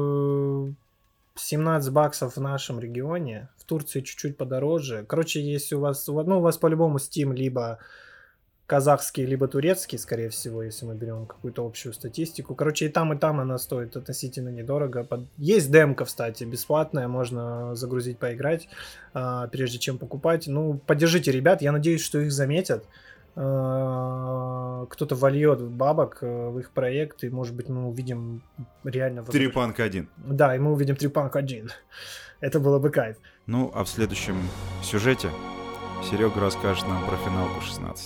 17 баксов в нашем регионе, в Турции чуть-чуть подороже. Короче, если у вас по-любому Steam либо казахский, либо турецкий, скорее всего, если мы берем какую-то общую статистику. Короче, и там она стоит относительно недорого. Есть демка, кстати, бесплатная, можно загрузить, поиграть, прежде чем покупать. Ну, поддержите ребят, я надеюсь, что их заметят. Кто-то вольет бабок в их проект, и, может быть, мы увидим реально... Трипанк 1. Да, и мы увидим Трипанк 1. Это было бы кайф. Ну, а в следующем сюжете Серега расскажет нам про финалку 16.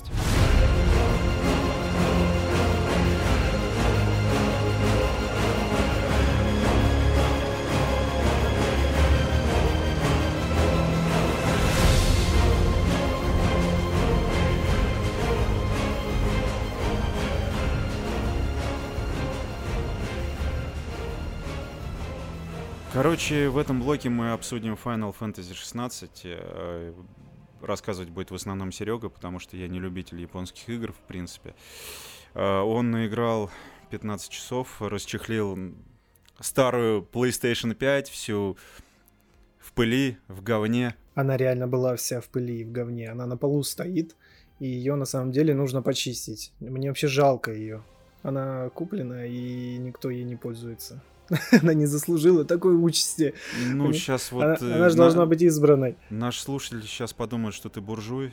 Короче, в этом блоке мы обсудим Final Fantasy 16. Рассказывать будет в основном Серега, потому что я не любитель японских игр, в принципе. Он наиграл 15 часов, расчехлил старую PlayStation 5, всю в пыли, в говне. Она реально была вся в пыли и в говне. Она на полу стоит, и ее на самом деле нужно почистить. Мне вообще жалко ее. Она куплена, и никто ей не пользуется. Она не заслужила такой участи. Ну, сейчас вот... Она же должна быть избранной. Наш слушатель сейчас подумает, что ты буржуй.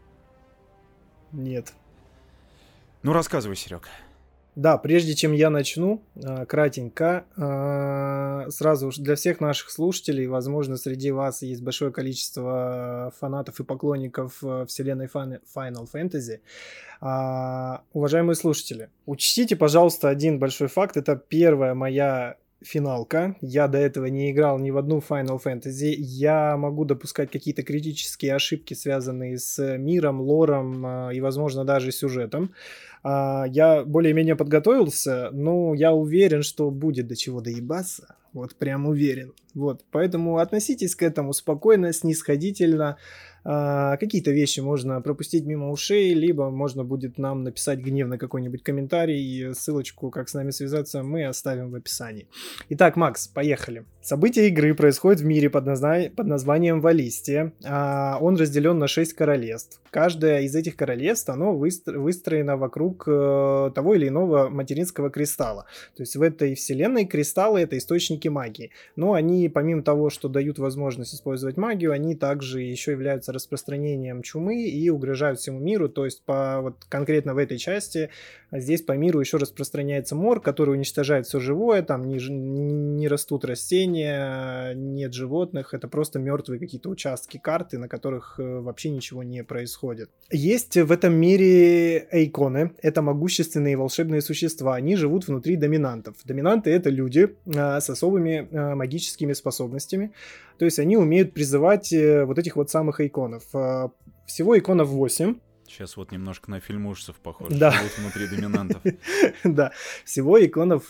Нет. Ну, рассказывай, Серег. Да, прежде чем я начну, кратенько, сразу уж для всех наших слушателей, возможно, среди вас есть большое количество фанатов и поклонников вселенной Final Fantasy. Уважаемые слушатели, учтите, пожалуйста, один большой факт. Это первая моя финалка. Я до этого не играл ни в одну Final Fantasy. Я могу допускать какие-то критические ошибки, связанные с миром, лором и, возможно, даже сюжетом. Я более-менее подготовился, но я уверен, что будет до чего доебаться. Вот прям уверен. Вот, поэтому относитесь к этому спокойно, снисходительно. Какие-то вещи можно пропустить мимо ушей, либо можно будет нам написать гневно какой-нибудь комментарий, и ссылочку, как с нами связаться, мы оставим в описании. Итак, Макс, поехали. События игры происходят в мире под названием Валистия. Он разделен на 6 королевств. Каждое из этих королевств, оно выстроено вокруг того или иного материнского кристалла. То есть в этой вселенной кристаллы — это источники магии. Но они, помимо того, что дают возможность использовать магию, они также еще являются распространением чумы и угрожают всему миру. То есть вот конкретно в этой части здесь по миру еще распространяется мор, который уничтожает все живое, там не растут растения, нет животных, это просто мертвые какие-то участки карты, на которых вообще ничего не происходит. Есть в этом мире эйконы, это могущественные волшебные существа, они живут внутри доминантов. Доминанты — это люди с особыми магическими способностями, то есть они умеют призывать вот этих вот самых эйконов. Всего эйконов 8. Сейчас вот немножко на фильм ужасов похоже. Да. Живут внутри доминантов. Да, всего иконов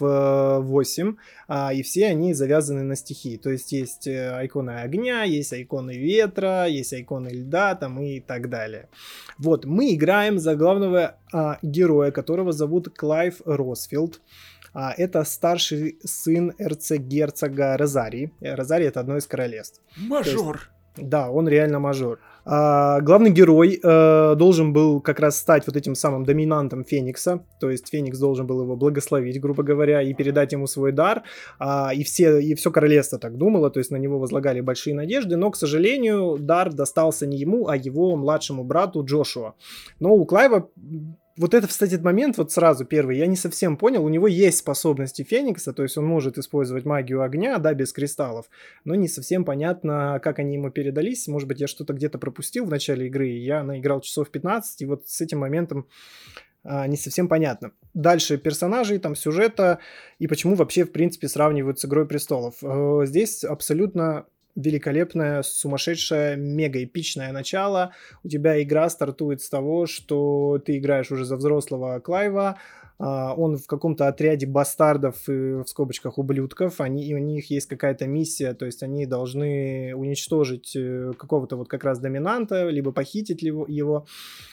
8, и все они завязаны на стихии. То есть есть иконы огня, есть иконы ветра, есть иконы льда там и так далее. Вот, мы играем за главного героя, которого зовут Клайв Росфилд. Это старший сын эрцгерцога Розарии. Розария — это одно из королевств. Мажор! Да, он реально мажор. Главный герой должен был как раз стать вот этим самым доминантом Феникса, то есть Феникс должен был его благословить, грубо говоря, и передать ему свой дар, и все королевство так думало, то есть на него возлагали большие надежды, но, к сожалению, дар достался не ему, а его младшему брату Джошуа. Но у Клайва... Вот это, кстати, этот момент, вот сразу первый, я не совсем понял, у него есть способности Феникса, то есть он может использовать магию огня, да, без кристаллов, но не совсем понятно, как они ему передались, может быть, я что-то где-то пропустил в начале игры, я наиграл часов 15, и вот с этим моментом не совсем понятно. Дальше персонажей, там, сюжета, и почему вообще, в принципе, сравнивают с «Игрой престолов». Здесь абсолютно... великолепное, сумасшедшее, мега-эпичное начало. У тебя игра стартует с того, что ты играешь уже за взрослого Клайва, он в каком-то отряде бастардов, в скобочках ублюдков, и у них есть какая-то миссия, то есть они должны уничтожить какого-то вот как раз доминанта, либо похитить его.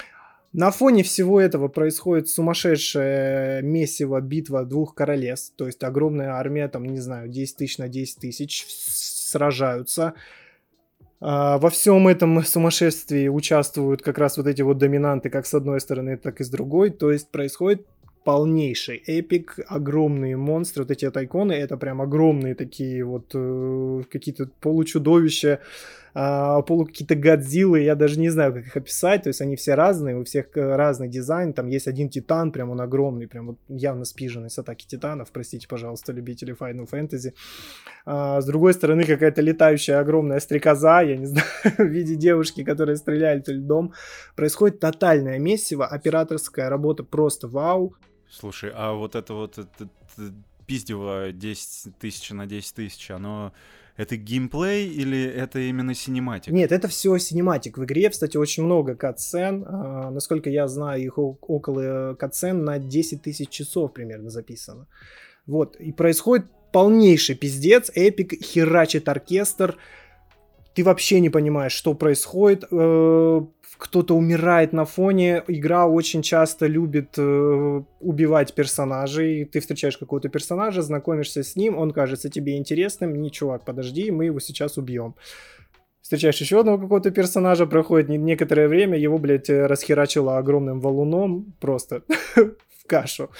На фоне всего этого происходит сумасшедшее месиво, битва двух королевств, то есть огромная армия, там, не знаю, 10 тысяч на 10 тысяч сражаются. Во всем этом сумасшествии участвуют как раз вот эти вот доминанты, как с одной стороны, так и с другой, то есть происходит полнейший эпик, огромные монстры, вот эти вот иконы, это прям огромные такие вот какие-то получудовища, какие-то Годзиллы, я даже не знаю, как их описать, то есть они все разные, у всех разный дизайн, там есть один титан, прям он огромный, прям вот явно спиженный с Атаки Титанов, простите, пожалуйста, любители Final Fantasy. С другой стороны, какая-то летающая огромная стрекоза, я не знаю, в виде девушки, которая стреляет льдом. Происходит тотальное месиво, операторская работа просто вау. Слушай, а вот это пиздево 10 тысяч на 10 тысяч, оно... Это геймплей или это именно синематик? Нет, это все синематик. В игре, кстати, очень много катсцен. Насколько я знаю, их около катсцен на 10 тысяч часов примерно записано. Вот. И происходит полнейший пиздец. Эпик херачит оркестр. Ты вообще не понимаешь, что происходит. Кто-то умирает на фоне. Игра очень часто любит убивать персонажей. Ты встречаешь какого-то персонажа, знакомишься с ним, он кажется тебе интересным. Не, чувак, подожди, мы его сейчас убьем. Встречаешь еще одного какого-то персонажа, проходит некоторое время, его, блядь, расхерачило огромным валуном. Просто... в кашу.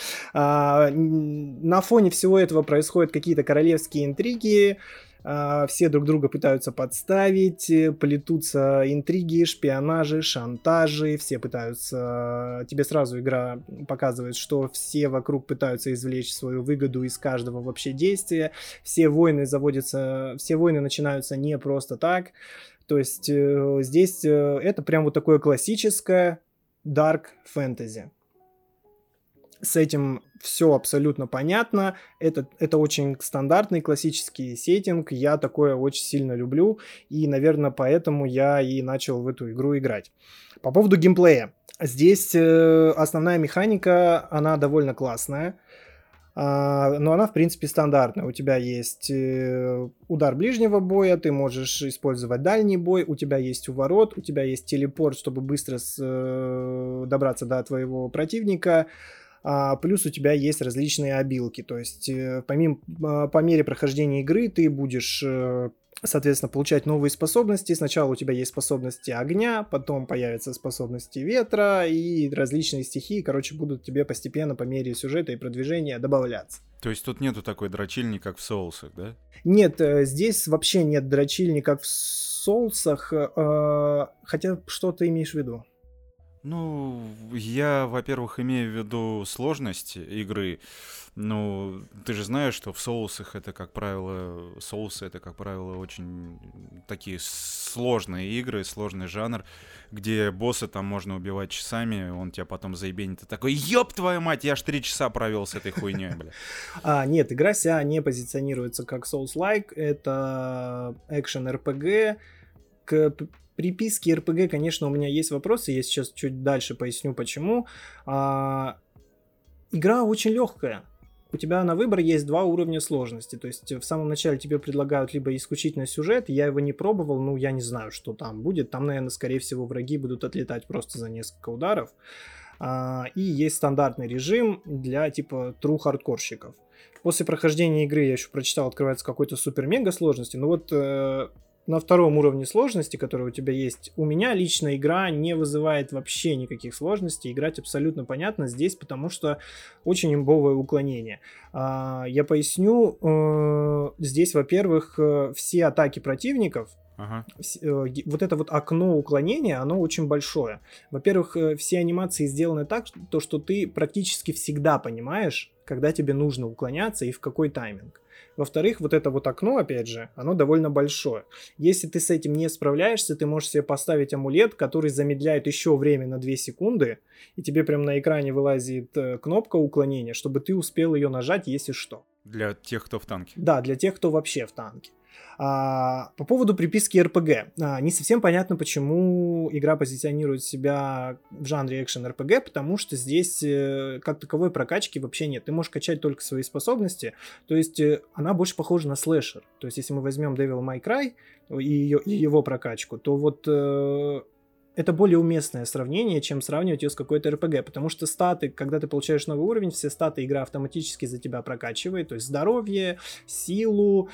На фоне всего этого происходят какие-то королевские интриги. Все друг друга пытаются подставить, плетутся интриги, шпионажи, шантажи, все пытаются... Тебе сразу игра показывает, что все вокруг пытаются извлечь свою выгоду из каждого вообще действия, все войны начинаются не просто так, то есть здесь это прям вот такое классическое dark fantasy. С этим все абсолютно понятно. Это очень стандартный классический сеттинг. Я такое очень сильно люблю. И, наверное, поэтому я и начал в эту игру играть. По поводу геймплея. Здесь основная механика, она довольно классная. но она, в принципе, стандартная. У тебя есть удар ближнего боя, ты можешь использовать дальний бой, у тебя есть уворот, у тебя есть телепорт, чтобы быстро добраться до твоего противника. Плюс у тебя есть различные обилки. То есть по мере прохождения игры ты будешь... соответственно, получать новые способности. Сначала у тебя есть способности огня, потом появятся способности ветра, и различные стихии, короче, будут тебе постепенно по мере сюжета и продвижения добавляться. То есть тут нету такой дрочильни, как в соусах, да? Нет, здесь вообще нет дрочильни, как в соусах, хотя что ты имеешь в виду? Ну, я, во-первых, имею в виду сложность игры. Ну, ты же знаешь, что в соусах это, как правило, очень такие сложные игры, сложный жанр, где босса там можно убивать часами, он тебя потом заебенит, ты такой, ёб твою мать, я аж 3 часа провел с этой хуйней, бля. Нет, игра себя не позиционируется как Souls-like, это экшен-РПГ. К приписке РПГ, конечно, у меня есть вопросы, я сейчас чуть дальше поясню, почему. Игра очень легкая. У тебя на выбор есть 2 уровня сложности. То есть в самом начале тебе предлагают либо исключительно сюжет, я его не пробовал, ну я не знаю, что там будет. Там, наверное, скорее всего, враги будут отлетать просто за несколько ударов. И есть стандартный режим для типа true хардкорщиков. После прохождения игры, я еще прочитал, открывается какой-то супер-мега сложности. Но вот на 2-м уровне сложности, который у тебя есть, у меня лично игра не вызывает вообще никаких сложностей. Играть абсолютно понятно здесь, потому что очень имбовое уклонение. Я поясню. Здесь, во-первых, все атаки противников, вот это вот окно уклонения, оно очень большое. Во-первых, все анимации сделаны так, что ты практически всегда понимаешь, когда тебе нужно уклоняться и в какой тайминг. Во-вторых, вот это вот окно, опять же, оно довольно большое. Если ты с этим не справляешься, ты можешь себе поставить амулет, который замедляет еще время на 2 секунды, и тебе прям на экране вылазит кнопка уклонения, чтобы ты успел ее нажать, если что. Для тех, кто в танке. Да, для тех, кто вообще в танке. По поводу приписки РПГ. Не совсем понятно, почему игра позиционирует себя в жанре экшен-РПГ, потому что здесь как таковой прокачки вообще нет. Ты можешь качать только свои способности, то есть она больше похожа на слэшер. То есть если мы возьмем Devil May Cry и его прокачку, то вот это более уместное сравнение, чем сравнивать ее с какой-то РПГ, потому что статы, когда ты получаешь новый уровень, все статы игра автоматически за тебя прокачивает, то есть здоровье, силу,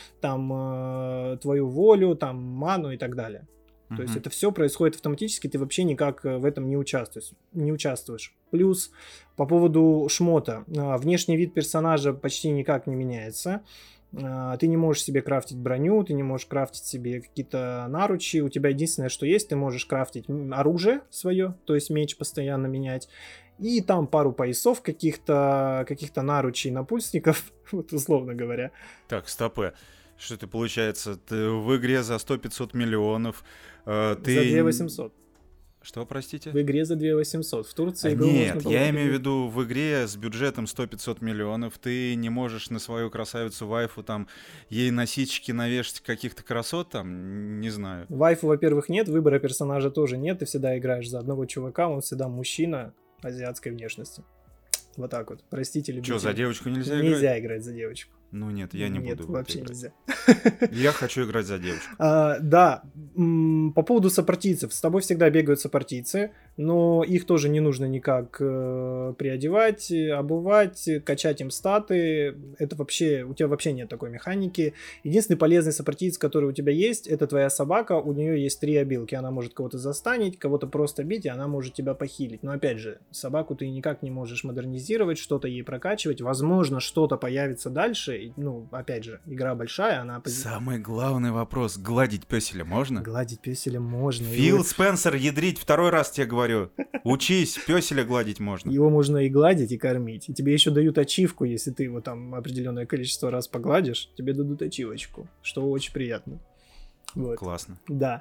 там твою волю, там ману и так далее. То есть это все происходит автоматически, ты вообще никак в этом не участвуешь. Плюс по поводу шмота. Внешний вид персонажа почти никак не меняется. Ты не можешь себе крафтить броню, ты не можешь крафтить себе какие-то наручи. У тебя единственное, что есть, ты можешь крафтить оружие свое, то есть меч постоянно менять. И там пару поясов каких-то наручей, напульсников, вот условно говоря. Так, стопы. Что это получается? Ты в игре за 100-500 миллионов. За 2800. Что, простите? В игре за 2800. В Турции игру Нет, можно было я имею в виду в игре с бюджетом 100-500 миллионов. Ты не можешь на свою красавицу вайфу там ей носички навешать каких-то красот там, не знаю. Вайфу, во-первых, нет, выбора персонажа тоже нет. Ты всегда играешь за одного чувака, он всегда мужчина азиатской внешности. Вот так вот. Простите, любители. Что, за девочку нельзя играть? Нельзя играть за девочку. Ну нет, я не буду. Нет, вообще нельзя. Я хочу играть за девочку. Да, по поводу сопартийцев. С тобой всегда бегают сопартийцы, но их тоже не нужно никак приодевать, обувать, качать им статы. Это вообще, у тебя вообще нет такой механики. Единственный полезный сопартиец, который у тебя есть, это твоя собака. У нее есть 3 обилки. Она может кого-то застанить, кого-то просто бить, и она может тебя похилить. Но опять же, собаку ты никак не можешь модернизировать, что-то ей прокачивать. Возможно, что-то появится дальше. Ну, опять же, игра большая, она... Самый главный вопрос. Гладить пёселя можно? Гладить пёселя можно. Фил Спенсер ядрить, 2-й раз тебе говорю. Учись, пёселя гладить можно. Его можно и гладить, и кормить. И тебе еще дают ачивку, если ты его там определенное количество раз погладишь, тебе дадут ачивочку, что очень приятно. Вот. Классно. Да.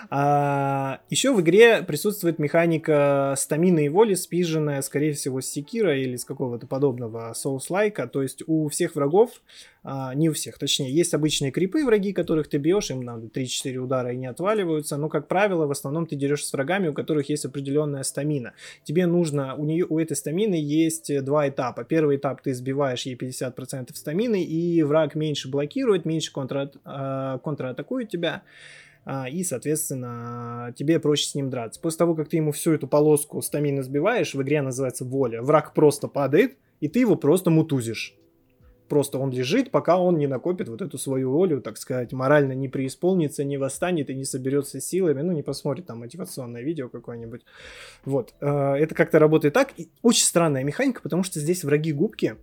Еще в игре присутствует механика стамины и воли, спиженная, скорее всего, с секира или с какого-то подобного соус-лайка. То есть у всех врагов Не у всех, точнее, есть обычные крипы враги, которых ты бьешь, им надо 3-4 удара и не отваливаются, но, как правило, в основном ты дерешься с врагами, у которых есть определенная стамина. Тебе нужно, у этой стамины есть 2 этапа. Первый этап ты сбиваешь ей 50% стамины, и враг меньше блокирует, меньше контратакует тебя, и, соответственно, тебе проще с ним драться. После того, как ты ему всю эту полоску стамины сбиваешь, в игре называется воля, враг просто падает, и ты его просто мутузишь. Просто он лежит, пока он не накопит вот эту свою волю, так сказать, морально не преисполнится, не восстанет и не соберется силами, не посмотрит там мотивационное видео какое-нибудь. Вот. Это как-то работает так. И очень странная механика, потому что здесь враги губки.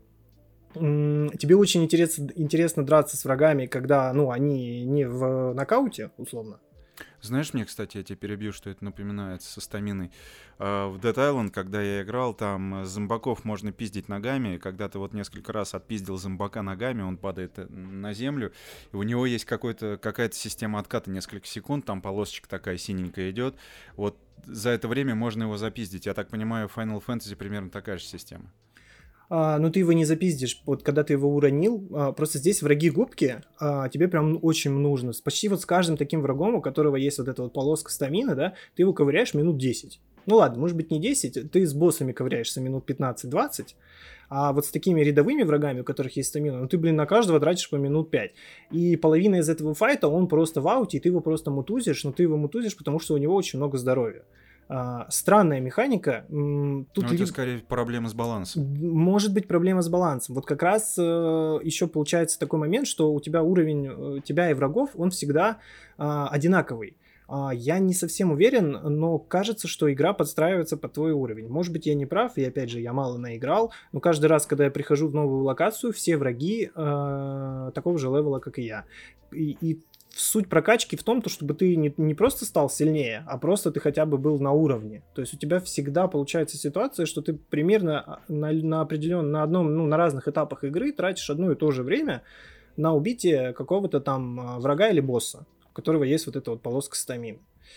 Тебе очень интересно драться с врагами, когда, они не в нокауте, условно. Знаешь, мне, кстати, я тебя перебью, что это напоминает со стаминой. В Dead Island, когда я играл, там зомбаков можно пиздить ногами. Когда ты вот несколько раз отпиздил зомбака ногами, он падает на землю, и у него есть какая-то система отката несколько секунд, там полосочка такая синенькая идет. Вот за это время можно его запиздить. Я так понимаю, в Final Fantasy примерно такая же система. Ты его не запиздишь, вот когда ты его уронил, просто здесь враги губки, тебе прям очень нужно, почти вот с каждым таким врагом, у которого есть вот эта вот полоска стамины, да, ты его ковыряешь минут 10. Ну ладно, может быть не 10, ты с боссами ковыряешься минут 15-20, а вот с такими рядовыми врагами, у которых есть стамина, ты, на каждого тратишь по минут 5. И половина из этого файта, он просто в ауте, и ты его просто мутузишь, но ты его мутузишь, потому что у него очень много здоровья. Странная механика. Тут это скорее проблема с балансом. Может быть проблема с балансом. Вот как раз еще получается такой момент, что у тебя уровень тебя и врагов, он всегда одинаковый. Я не совсем уверен, но кажется, что игра подстраивается под твой уровень. Может быть, я не прав, и опять же, я мало наиграл, но каждый раз, когда я прихожу в новую локацию, все враги такого же левела, как и я. И суть прокачки в том, чтобы ты не просто стал сильнее, а просто ты хотя бы был на уровне. То есть у тебя всегда получается ситуация, что ты примерно на разных этапах игры тратишь одно и то же время на убитие какого-то там врага или босса, у которого есть вот эта вот полоска стамин.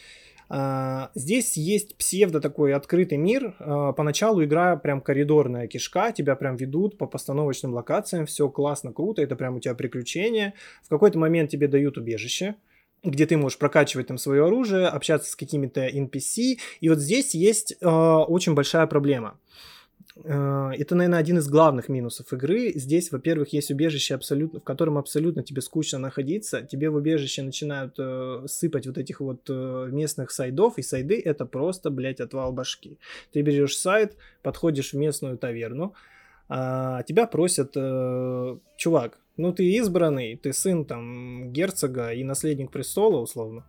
Здесь есть псевдо такой открытый мир. Поначалу игра прям коридорная кишка, тебя прям ведут по постановочным локациям, все классно, круто, это прям у тебя приключение. В какой-то момент тебе дают убежище, где ты можешь прокачивать там свое оружие, общаться с какими-то NPC. И вот здесь есть очень большая проблема. Это, наверное, один из главных минусов игры. Здесь, во-первых, есть убежище, в котором абсолютно тебе скучно находиться. Тебе в убежище начинают сыпать вот этих вот местных сайдов, и сайды — это просто, блядь, отвал башки. Ты берешь сайд, подходишь в местную таверну, тебя просят: чувак, ты избранный, ты сын там герцога и наследник престола, условно.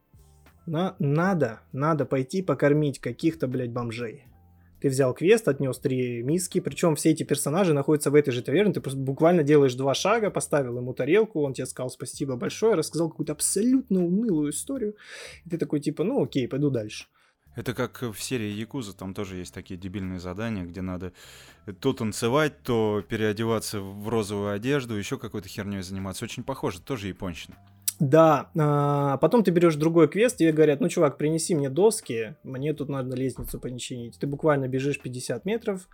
Надо пойти покормить каких-то, блядь, бомжей. Ты взял квест, отнес 3 миски, причем все эти персонажи находятся в этой же таверне, ты просто буквально делаешь 2 шага, поставил ему тарелку, он тебе сказал спасибо большое, рассказал какую-то абсолютно унылую историю, и ты такой типа, окей, пойду дальше. Это как в серии Якуза, там тоже есть такие дебильные задания, где надо то танцевать, то переодеваться в розовую одежду, еще какой-то херней заниматься. Очень похоже, тоже японщина. Да, потом ты берешь другой квест, тебе говорят: чувак, принеси мне доски, мне тут надо лестницу починить. Ты буквально бежишь 50 метров,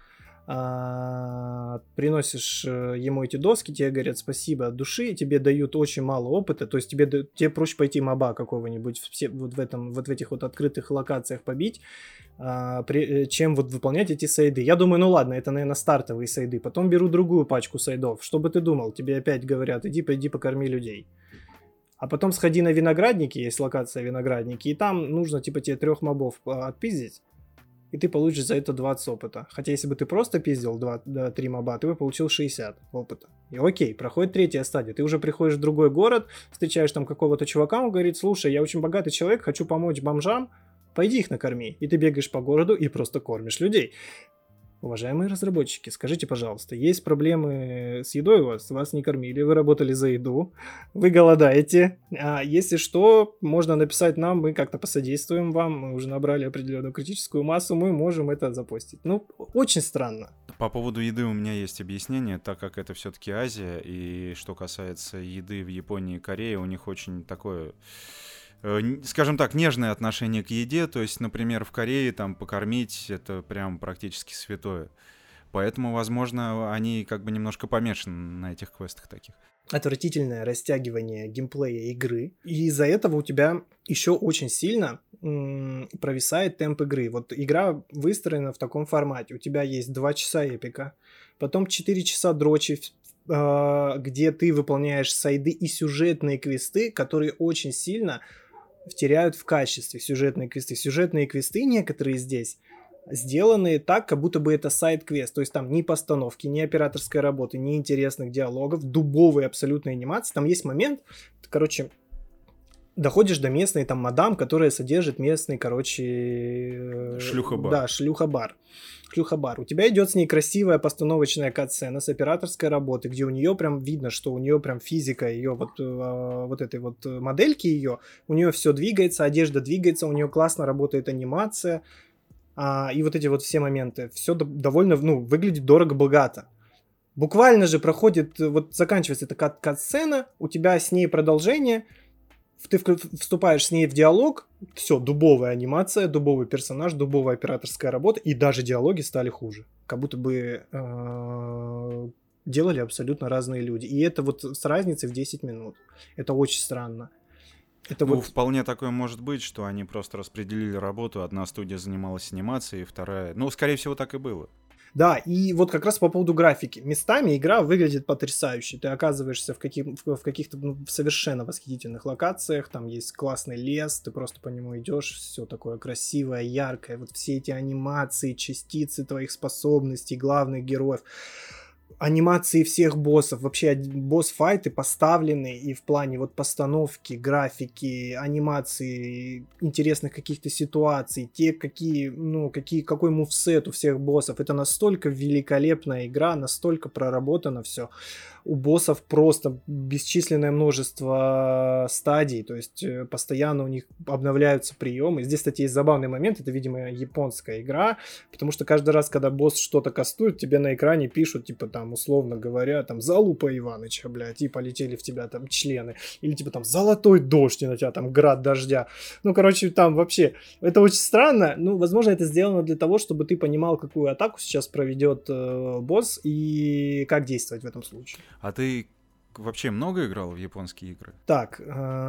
приносишь ему эти доски, тебе говорят спасибо от души, тебе дают очень мало опыта, то есть тебе проще пойти моба какого-нибудь в этих вот открытых локациях побить, чем вот выполнять эти сайды. Я думаю, ладно, это, наверное, стартовые сайды. Потом беру другую пачку сайдов. Что бы ты думал? Тебе опять говорят: пойди покорми людей. А потом сходи на виноградники, есть локация виноградники, и там нужно тебе 3 мобов отпиздить, и ты получишь за это 20 опыта. Хотя если бы ты просто пиздил 3 моба, ты бы получил 60 опыта. И окей, проходит 3-я стадия. Ты уже приходишь в другой город, встречаешь там какого-то чувака, он говорит: слушай, я очень богатый человек, хочу помочь бомжам, пойди их накорми. И ты бегаешь по городу и просто кормишь людей. Уважаемые разработчики, скажите, пожалуйста, есть проблемы с едой у вас? Вас не кормили, вы работали за еду, вы голодаете. Если что, можно написать нам, мы как-то посодействуем вам. Мы уже набрали определенную критическую массу, мы можем это запостить. Очень странно. По поводу еды у меня есть объяснение, так как это все-таки Азия, и что касается еды в Японии и Корее, у них очень такое, скажем так, нежное отношение к еде. То есть, например, в Корее там покормить — это прям практически святое. Поэтому, возможно, они как бы немножко помешаны на этих квестах таких. Отвратительное растягивание геймплея игры. И из-за этого у тебя еще очень сильно провисает темп игры. Вот игра выстроена в таком формате. У тебя есть 2 часа эпика, потом 4 часа дрочи, где ты выполняешь сайды и сюжетные квесты, которые очень сильно теряют в качестве сюжетные квесты. Сюжетные квесты некоторые здесь сделаны так, как будто бы это сайд-квест. То есть там ни постановки, ни операторской работы, ни интересных диалогов, дубовые абсолютные анимации. Там есть момент, короче, доходишь до местной там мадам, которая содержит местный, короче... Шлюха-бар. Да, шлюха-бар. Шлюха-бар. У тебя идет с ней красивая постановочная кат-сцена с операторской работы, где у нее прям видно, что у нее прям физика ее вот этой вот модельки ее, у нее все двигается, одежда двигается, у нее классно работает анимация, и вот эти вот все моменты. Все довольно, выглядит дорого-богато. Буквально же проходит, вот заканчивается эта кат-сцена, у тебя с ней продолжение, ты вступаешь с ней в диалог, все, дубовая анимация, дубовый персонаж, дубовая операторская работа, и даже диалоги стали хуже. Как будто бы делали абсолютно разные люди. И это вот с разницей в 10 минут. Это очень странно. Это вполне такое может быть, что они просто распределили работу, одна студия занималась анимацией, вторая... скорее всего, так и было. Да, и вот как раз по поводу графики. Местами игра выглядит потрясающе. Ты оказываешься в каких-то совершенно восхитительных локациях, там есть классный лес, ты просто по нему идешь, все такое красивое, яркое. Вот все эти анимации, частицы твоих способностей, главных героев. Анимации всех боссов, вообще босс-файты поставлены и в плане вот постановки, графики, анимации, интересных каких-то ситуаций, какой мувсет у всех боссов. Это настолько великолепная игра, настолько проработано все. У боссов просто бесчисленное множество стадий, то есть постоянно у них обновляются приемы. Здесь, кстати, есть забавный момент, это, видимо, японская игра, потому что каждый раз, когда босс что-то кастует, тебе на экране пишут, типа, там, условно говоря, там, залупа Иваныча, блядь, и полетели в тебя там члены. Или, типа, там, золотой дождь, и на тебя там град дождя. Короче, там вообще, это очень странно. Возможно, это сделано для того, чтобы ты понимал, какую атаку сейчас проведет босс и как действовать в этом случае. А ты вообще много играл в японские игры? Так,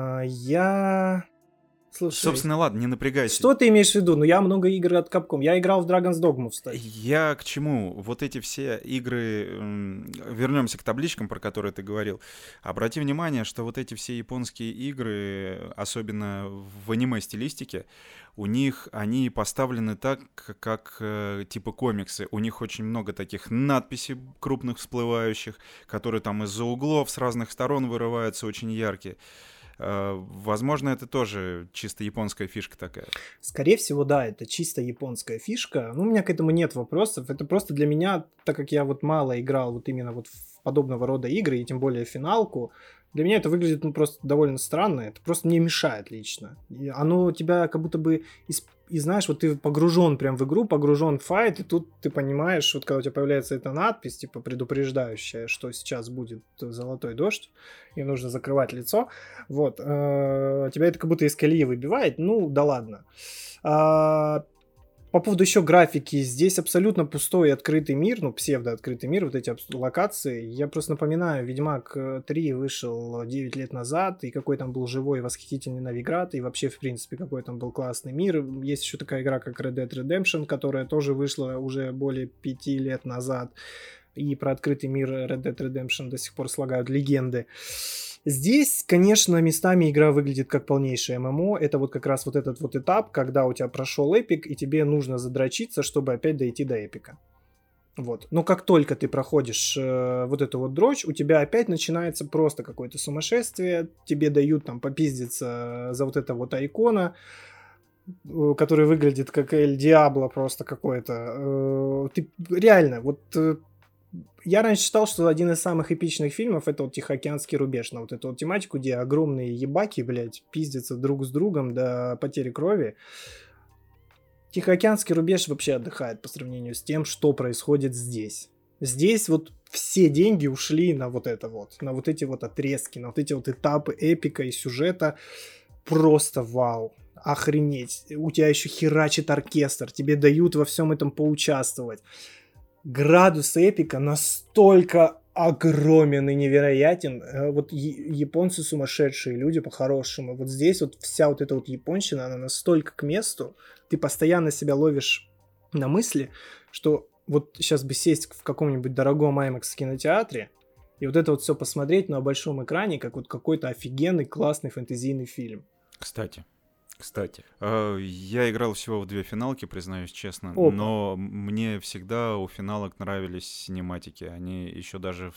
я... Слушай, собственно, ладно, не напрягайся. Что ты имеешь в виду? Я много игр от Capcom. Я играл в Dragon's Dogma, кстати. Я к чему? Вот эти все игры... Вернемся к табличкам, про которые ты говорил. Обрати внимание, что вот эти все японские игры, особенно в аниме-стилистике, у них они поставлены так, как типа комиксы. У них очень много таких надписей крупных всплывающих, которые там из-за углов с разных сторон вырываются, очень яркие. Возможно, это тоже чисто японская фишка такая. Скорее всего, да, это чисто японская фишка. У меня к этому нет вопросов. Это просто для меня, так как я вот мало играл вот именно вот в подобного рода игры, и тем более финалку, для меня это выглядит просто довольно странно. Это просто мне мешает лично. И оно тебя как будто бы... И знаешь, вот ты погружен прям в игру, погружен в файт, и тут ты понимаешь, вот когда у тебя появляется эта надпись, типа предупреждающая, что сейчас будет золотой дождь, и нужно закрывать лицо, вот, тебя это как будто из колеи выбивает, да ладно. По поводу еще графики, здесь абсолютно пустой открытый мир, псевдо-открытый мир, вот эти локации. Я просто напоминаю, Ведьмак 3 вышел 9 лет назад, и какой там был живой восхитительный навигатор, и вообще, в принципе, какой там был классный мир. Есть еще такая игра, как Red Dead Redemption, которая тоже вышла уже более 5 лет назад, и про открытый мир Red Dead Redemption до сих пор слагают легенды. Здесь, конечно, местами игра выглядит как полнейшее ММО. Это вот как раз вот этот вот этап, когда у тебя прошел эпик, и тебе нужно задрочиться, чтобы опять дойти до эпика. Вот. Но как только ты проходишь вот эту вот дрочь, у тебя опять начинается просто какое-то сумасшествие. Тебе дают там попиздиться за вот это вот айкона, который выглядит как Эль Диабло просто какой-то. Ты реально, вот... Я раньше считал, что один из самых эпичных фильмов — это вот «Тихоокеанский рубеж», на вот эту вот тематику, где огромные ебаки, блядь, пиздятся друг с другом до потери крови. «Тихоокеанский рубеж» вообще отдыхает по сравнению с тем, что происходит здесь. Здесь вот все деньги ушли на вот это вот, на вот эти вот отрезки, на вот эти вот этапы эпика и сюжета. Просто вау. Охренеть. У тебя еще херачит оркестр, тебе дают во всем этом поучаствовать. градус эпика настолько огромен и невероятен. Вот японцы сумасшедшие люди по-хорошему. Вот здесь вот вся вот эта вот японщина, она настолько к месту. Ты постоянно себя ловишь на мысли, что вот сейчас бы сесть в каком-нибудь дорогом IMAX кинотеатре и вот это вот все посмотреть на большом экране, как вот какой-то офигенный классный фэнтезийный фильм. Кстати, я играл всего в 2 финалки, признаюсь честно, Опа. но мне всегда у финалок нравились синематики. Они еще даже в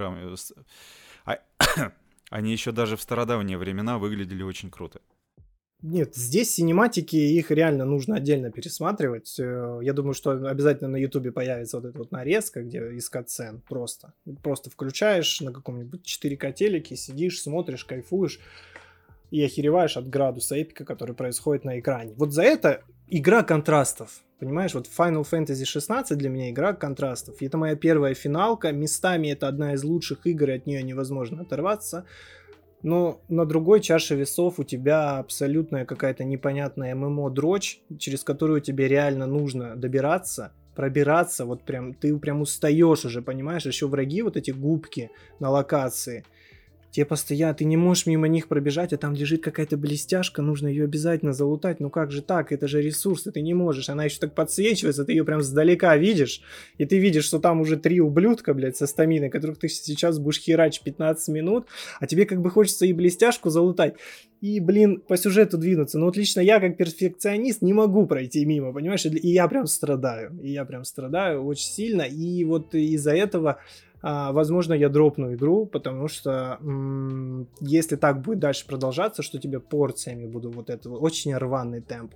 стародавние времена выглядели очень круто. Нет, здесь синематики, их реально нужно отдельно пересматривать. Я думаю, что обязательно на Ютубе появится вот эта вот нарезка, где из катсцен просто. Просто включаешь на каком-нибудь 4К телеке, сидишь, смотришь, кайфуешь и охереваешь от градуса эпика, который происходит на экране. Вот за это игра контрастов. Понимаешь, вот Final Fantasy 16 для меня игра контрастов. И это моя первая финалка. Местами это одна из лучших игр, и от нее невозможно оторваться. Но на другой чаше весов у тебя абсолютная какая-то непонятная ММО-дрочь, через которую тебе реально нужно добираться, пробираться, вот прям, ты прям устаешь уже, понимаешь, еще враги, вот эти губки на локации, тебе постоянно, ты не можешь мимо них пробежать, а там лежит какая-то блестяшка, нужно ее обязательно залутать, ну как же так, это же ресурс, ты не можешь, она еще так подсвечивается, ты ее прям сдалека видишь, и ты видишь, что там уже 3 ублюдка, блядь, со стаминой, которых ты сейчас будешь херачить 15 минут, а тебе как бы хочется и блестяшку залутать, и, блин, по сюжету двинуться, но вот лично я, как перфекционист, не могу пройти мимо, понимаешь, и я прям страдаю очень сильно, и вот из-за этого... возможно, я дропну игру, потому что если так будет дальше продолжаться, что тебе порциями буду вот это вот очень рваный темп,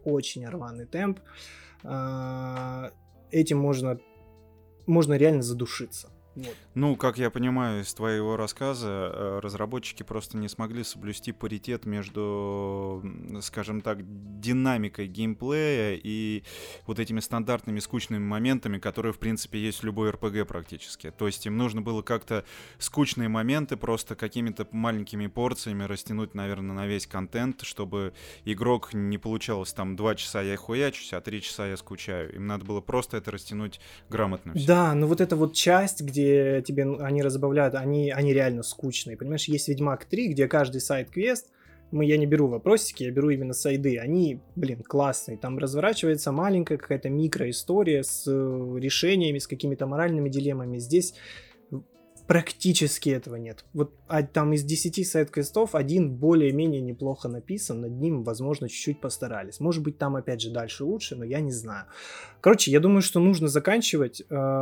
этим можно реально задушиться. Вот. Ну, как я понимаю из твоего рассказа, разработчики просто не смогли соблюсти паритет между, скажем так, динамикой геймплея и вот этими стандартными скучными моментами, которые, в принципе, есть в любой RPG практически. То есть им нужно было как-то скучные моменты просто какими-то маленькими порциями растянуть, наверное, на весь контент, чтобы игрок не получалось там 2 часа я хуячусь, а 3 часа я скучаю. Им надо было просто это растянуть грамотно. Все. Да, но вот эта вот часть, где тебе они разбавляют, они реально скучные. Понимаешь, есть Ведьмак 3, где каждый сайд-квест, я не беру вопросики, я беру именно сайды. Они, классные. Там разворачивается маленькая какая-то микроистория с решениями, с какими-то моральными дилеммами. Здесь практически этого нет. Вот там из 10 сайд-квестов один более-менее неплохо написан, над ним, возможно, чуть-чуть постарались. Может быть, там, опять же, дальше лучше, но я не знаю. Короче, я думаю, что нужно заканчивать.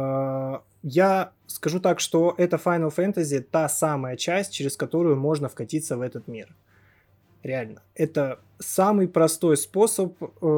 Я скажу так, что это Final Fantasy та самая часть, через которую можно вкатиться в этот мир. Реально. Это самый простой способ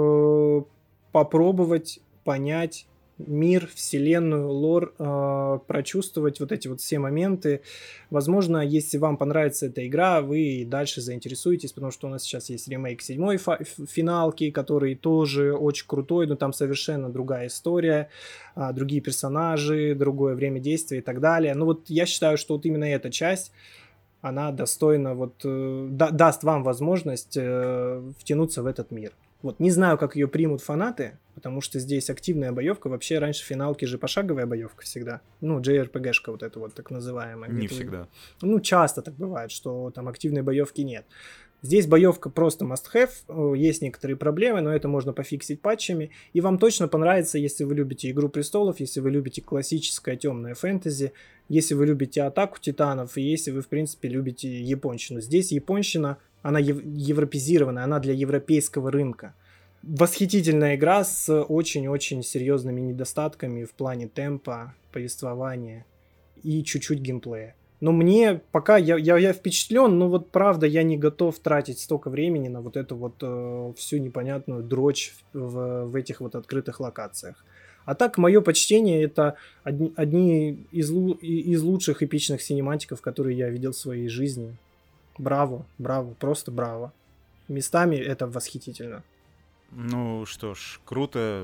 попробовать понять мир, вселенную, лор, прочувствовать вот эти вот все моменты. Возможно, если вам понравится эта игра, вы дальше заинтересуетесь, потому что у нас сейчас есть ремейк 7-й финалки, который тоже очень крутой, но там совершенно другая история, другие персонажи, другое время действия и так далее. Но вот я считаю, что вот именно эта часть, она достойна, даст вам возможность втянуться в этот мир. Вот, не знаю, как ее примут фанаты, потому что здесь активная боевка. Вообще, раньше финалки же пошаговая боевка всегда. JRPG-шка вот эта вот, так называемая. Не всегда. Часто так бывает, что там активной боевки нет. Здесь боевка просто must-have, есть некоторые проблемы, но это можно пофиксить патчами. И вам точно понравится, если вы любите «Игру престолов», если вы любите классическое темное фэнтези, если вы любите «Атаку титанов», и если вы, в принципе, любите японщину. Здесь японщина, она европезированная, она для европейского рынка. Восхитительная игра с очень-очень серьезными недостатками в плане темпа, повествования и чуть-чуть геймплея. Но мне пока я впечатлен, но вот правда я не готов тратить столько времени на вот эту вот всю непонятную дрочь в этих вот открытых локациях. А так, мое почтение, это одни из лучших эпичных синематиков, которые я видел в своей жизни. Браво, просто браво. Местами это восхитительно. Ну что ж, круто.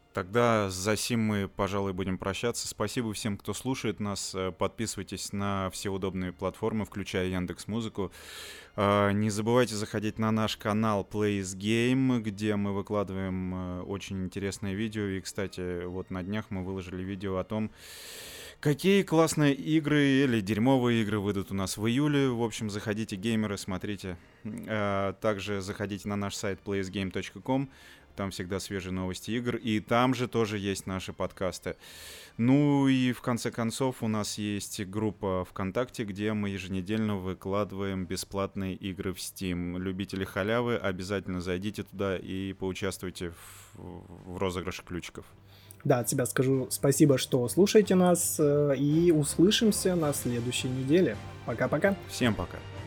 Тогда за сим мы, пожалуй, будем прощаться. Спасибо всем, кто слушает нас. Подписывайтесь на все удобные платформы, включая Яндекс.Музыку. Не забывайте заходить на наш канал Plays Game, где мы выкладываем очень интересные видео. И, кстати, вот на днях мы выложили видео о том, какие классные игры или дерьмовые игры выйдут у нас в июле. В общем, заходите, геймеры, смотрите. Также заходите на наш сайт playsgame.com. Там всегда свежие новости игр. И там же тоже есть наши подкасты. Ну и в конце концов у нас есть группа ВКонтакте, где мы еженедельно выкладываем бесплатные игры в Steam. Любители халявы, обязательно зайдите туда и поучаствуйте в розыгрыше ключиков. Да, от себя скажу спасибо, что слушаете нас, и услышимся на следующей неделе. Пока-пока. Всем пока.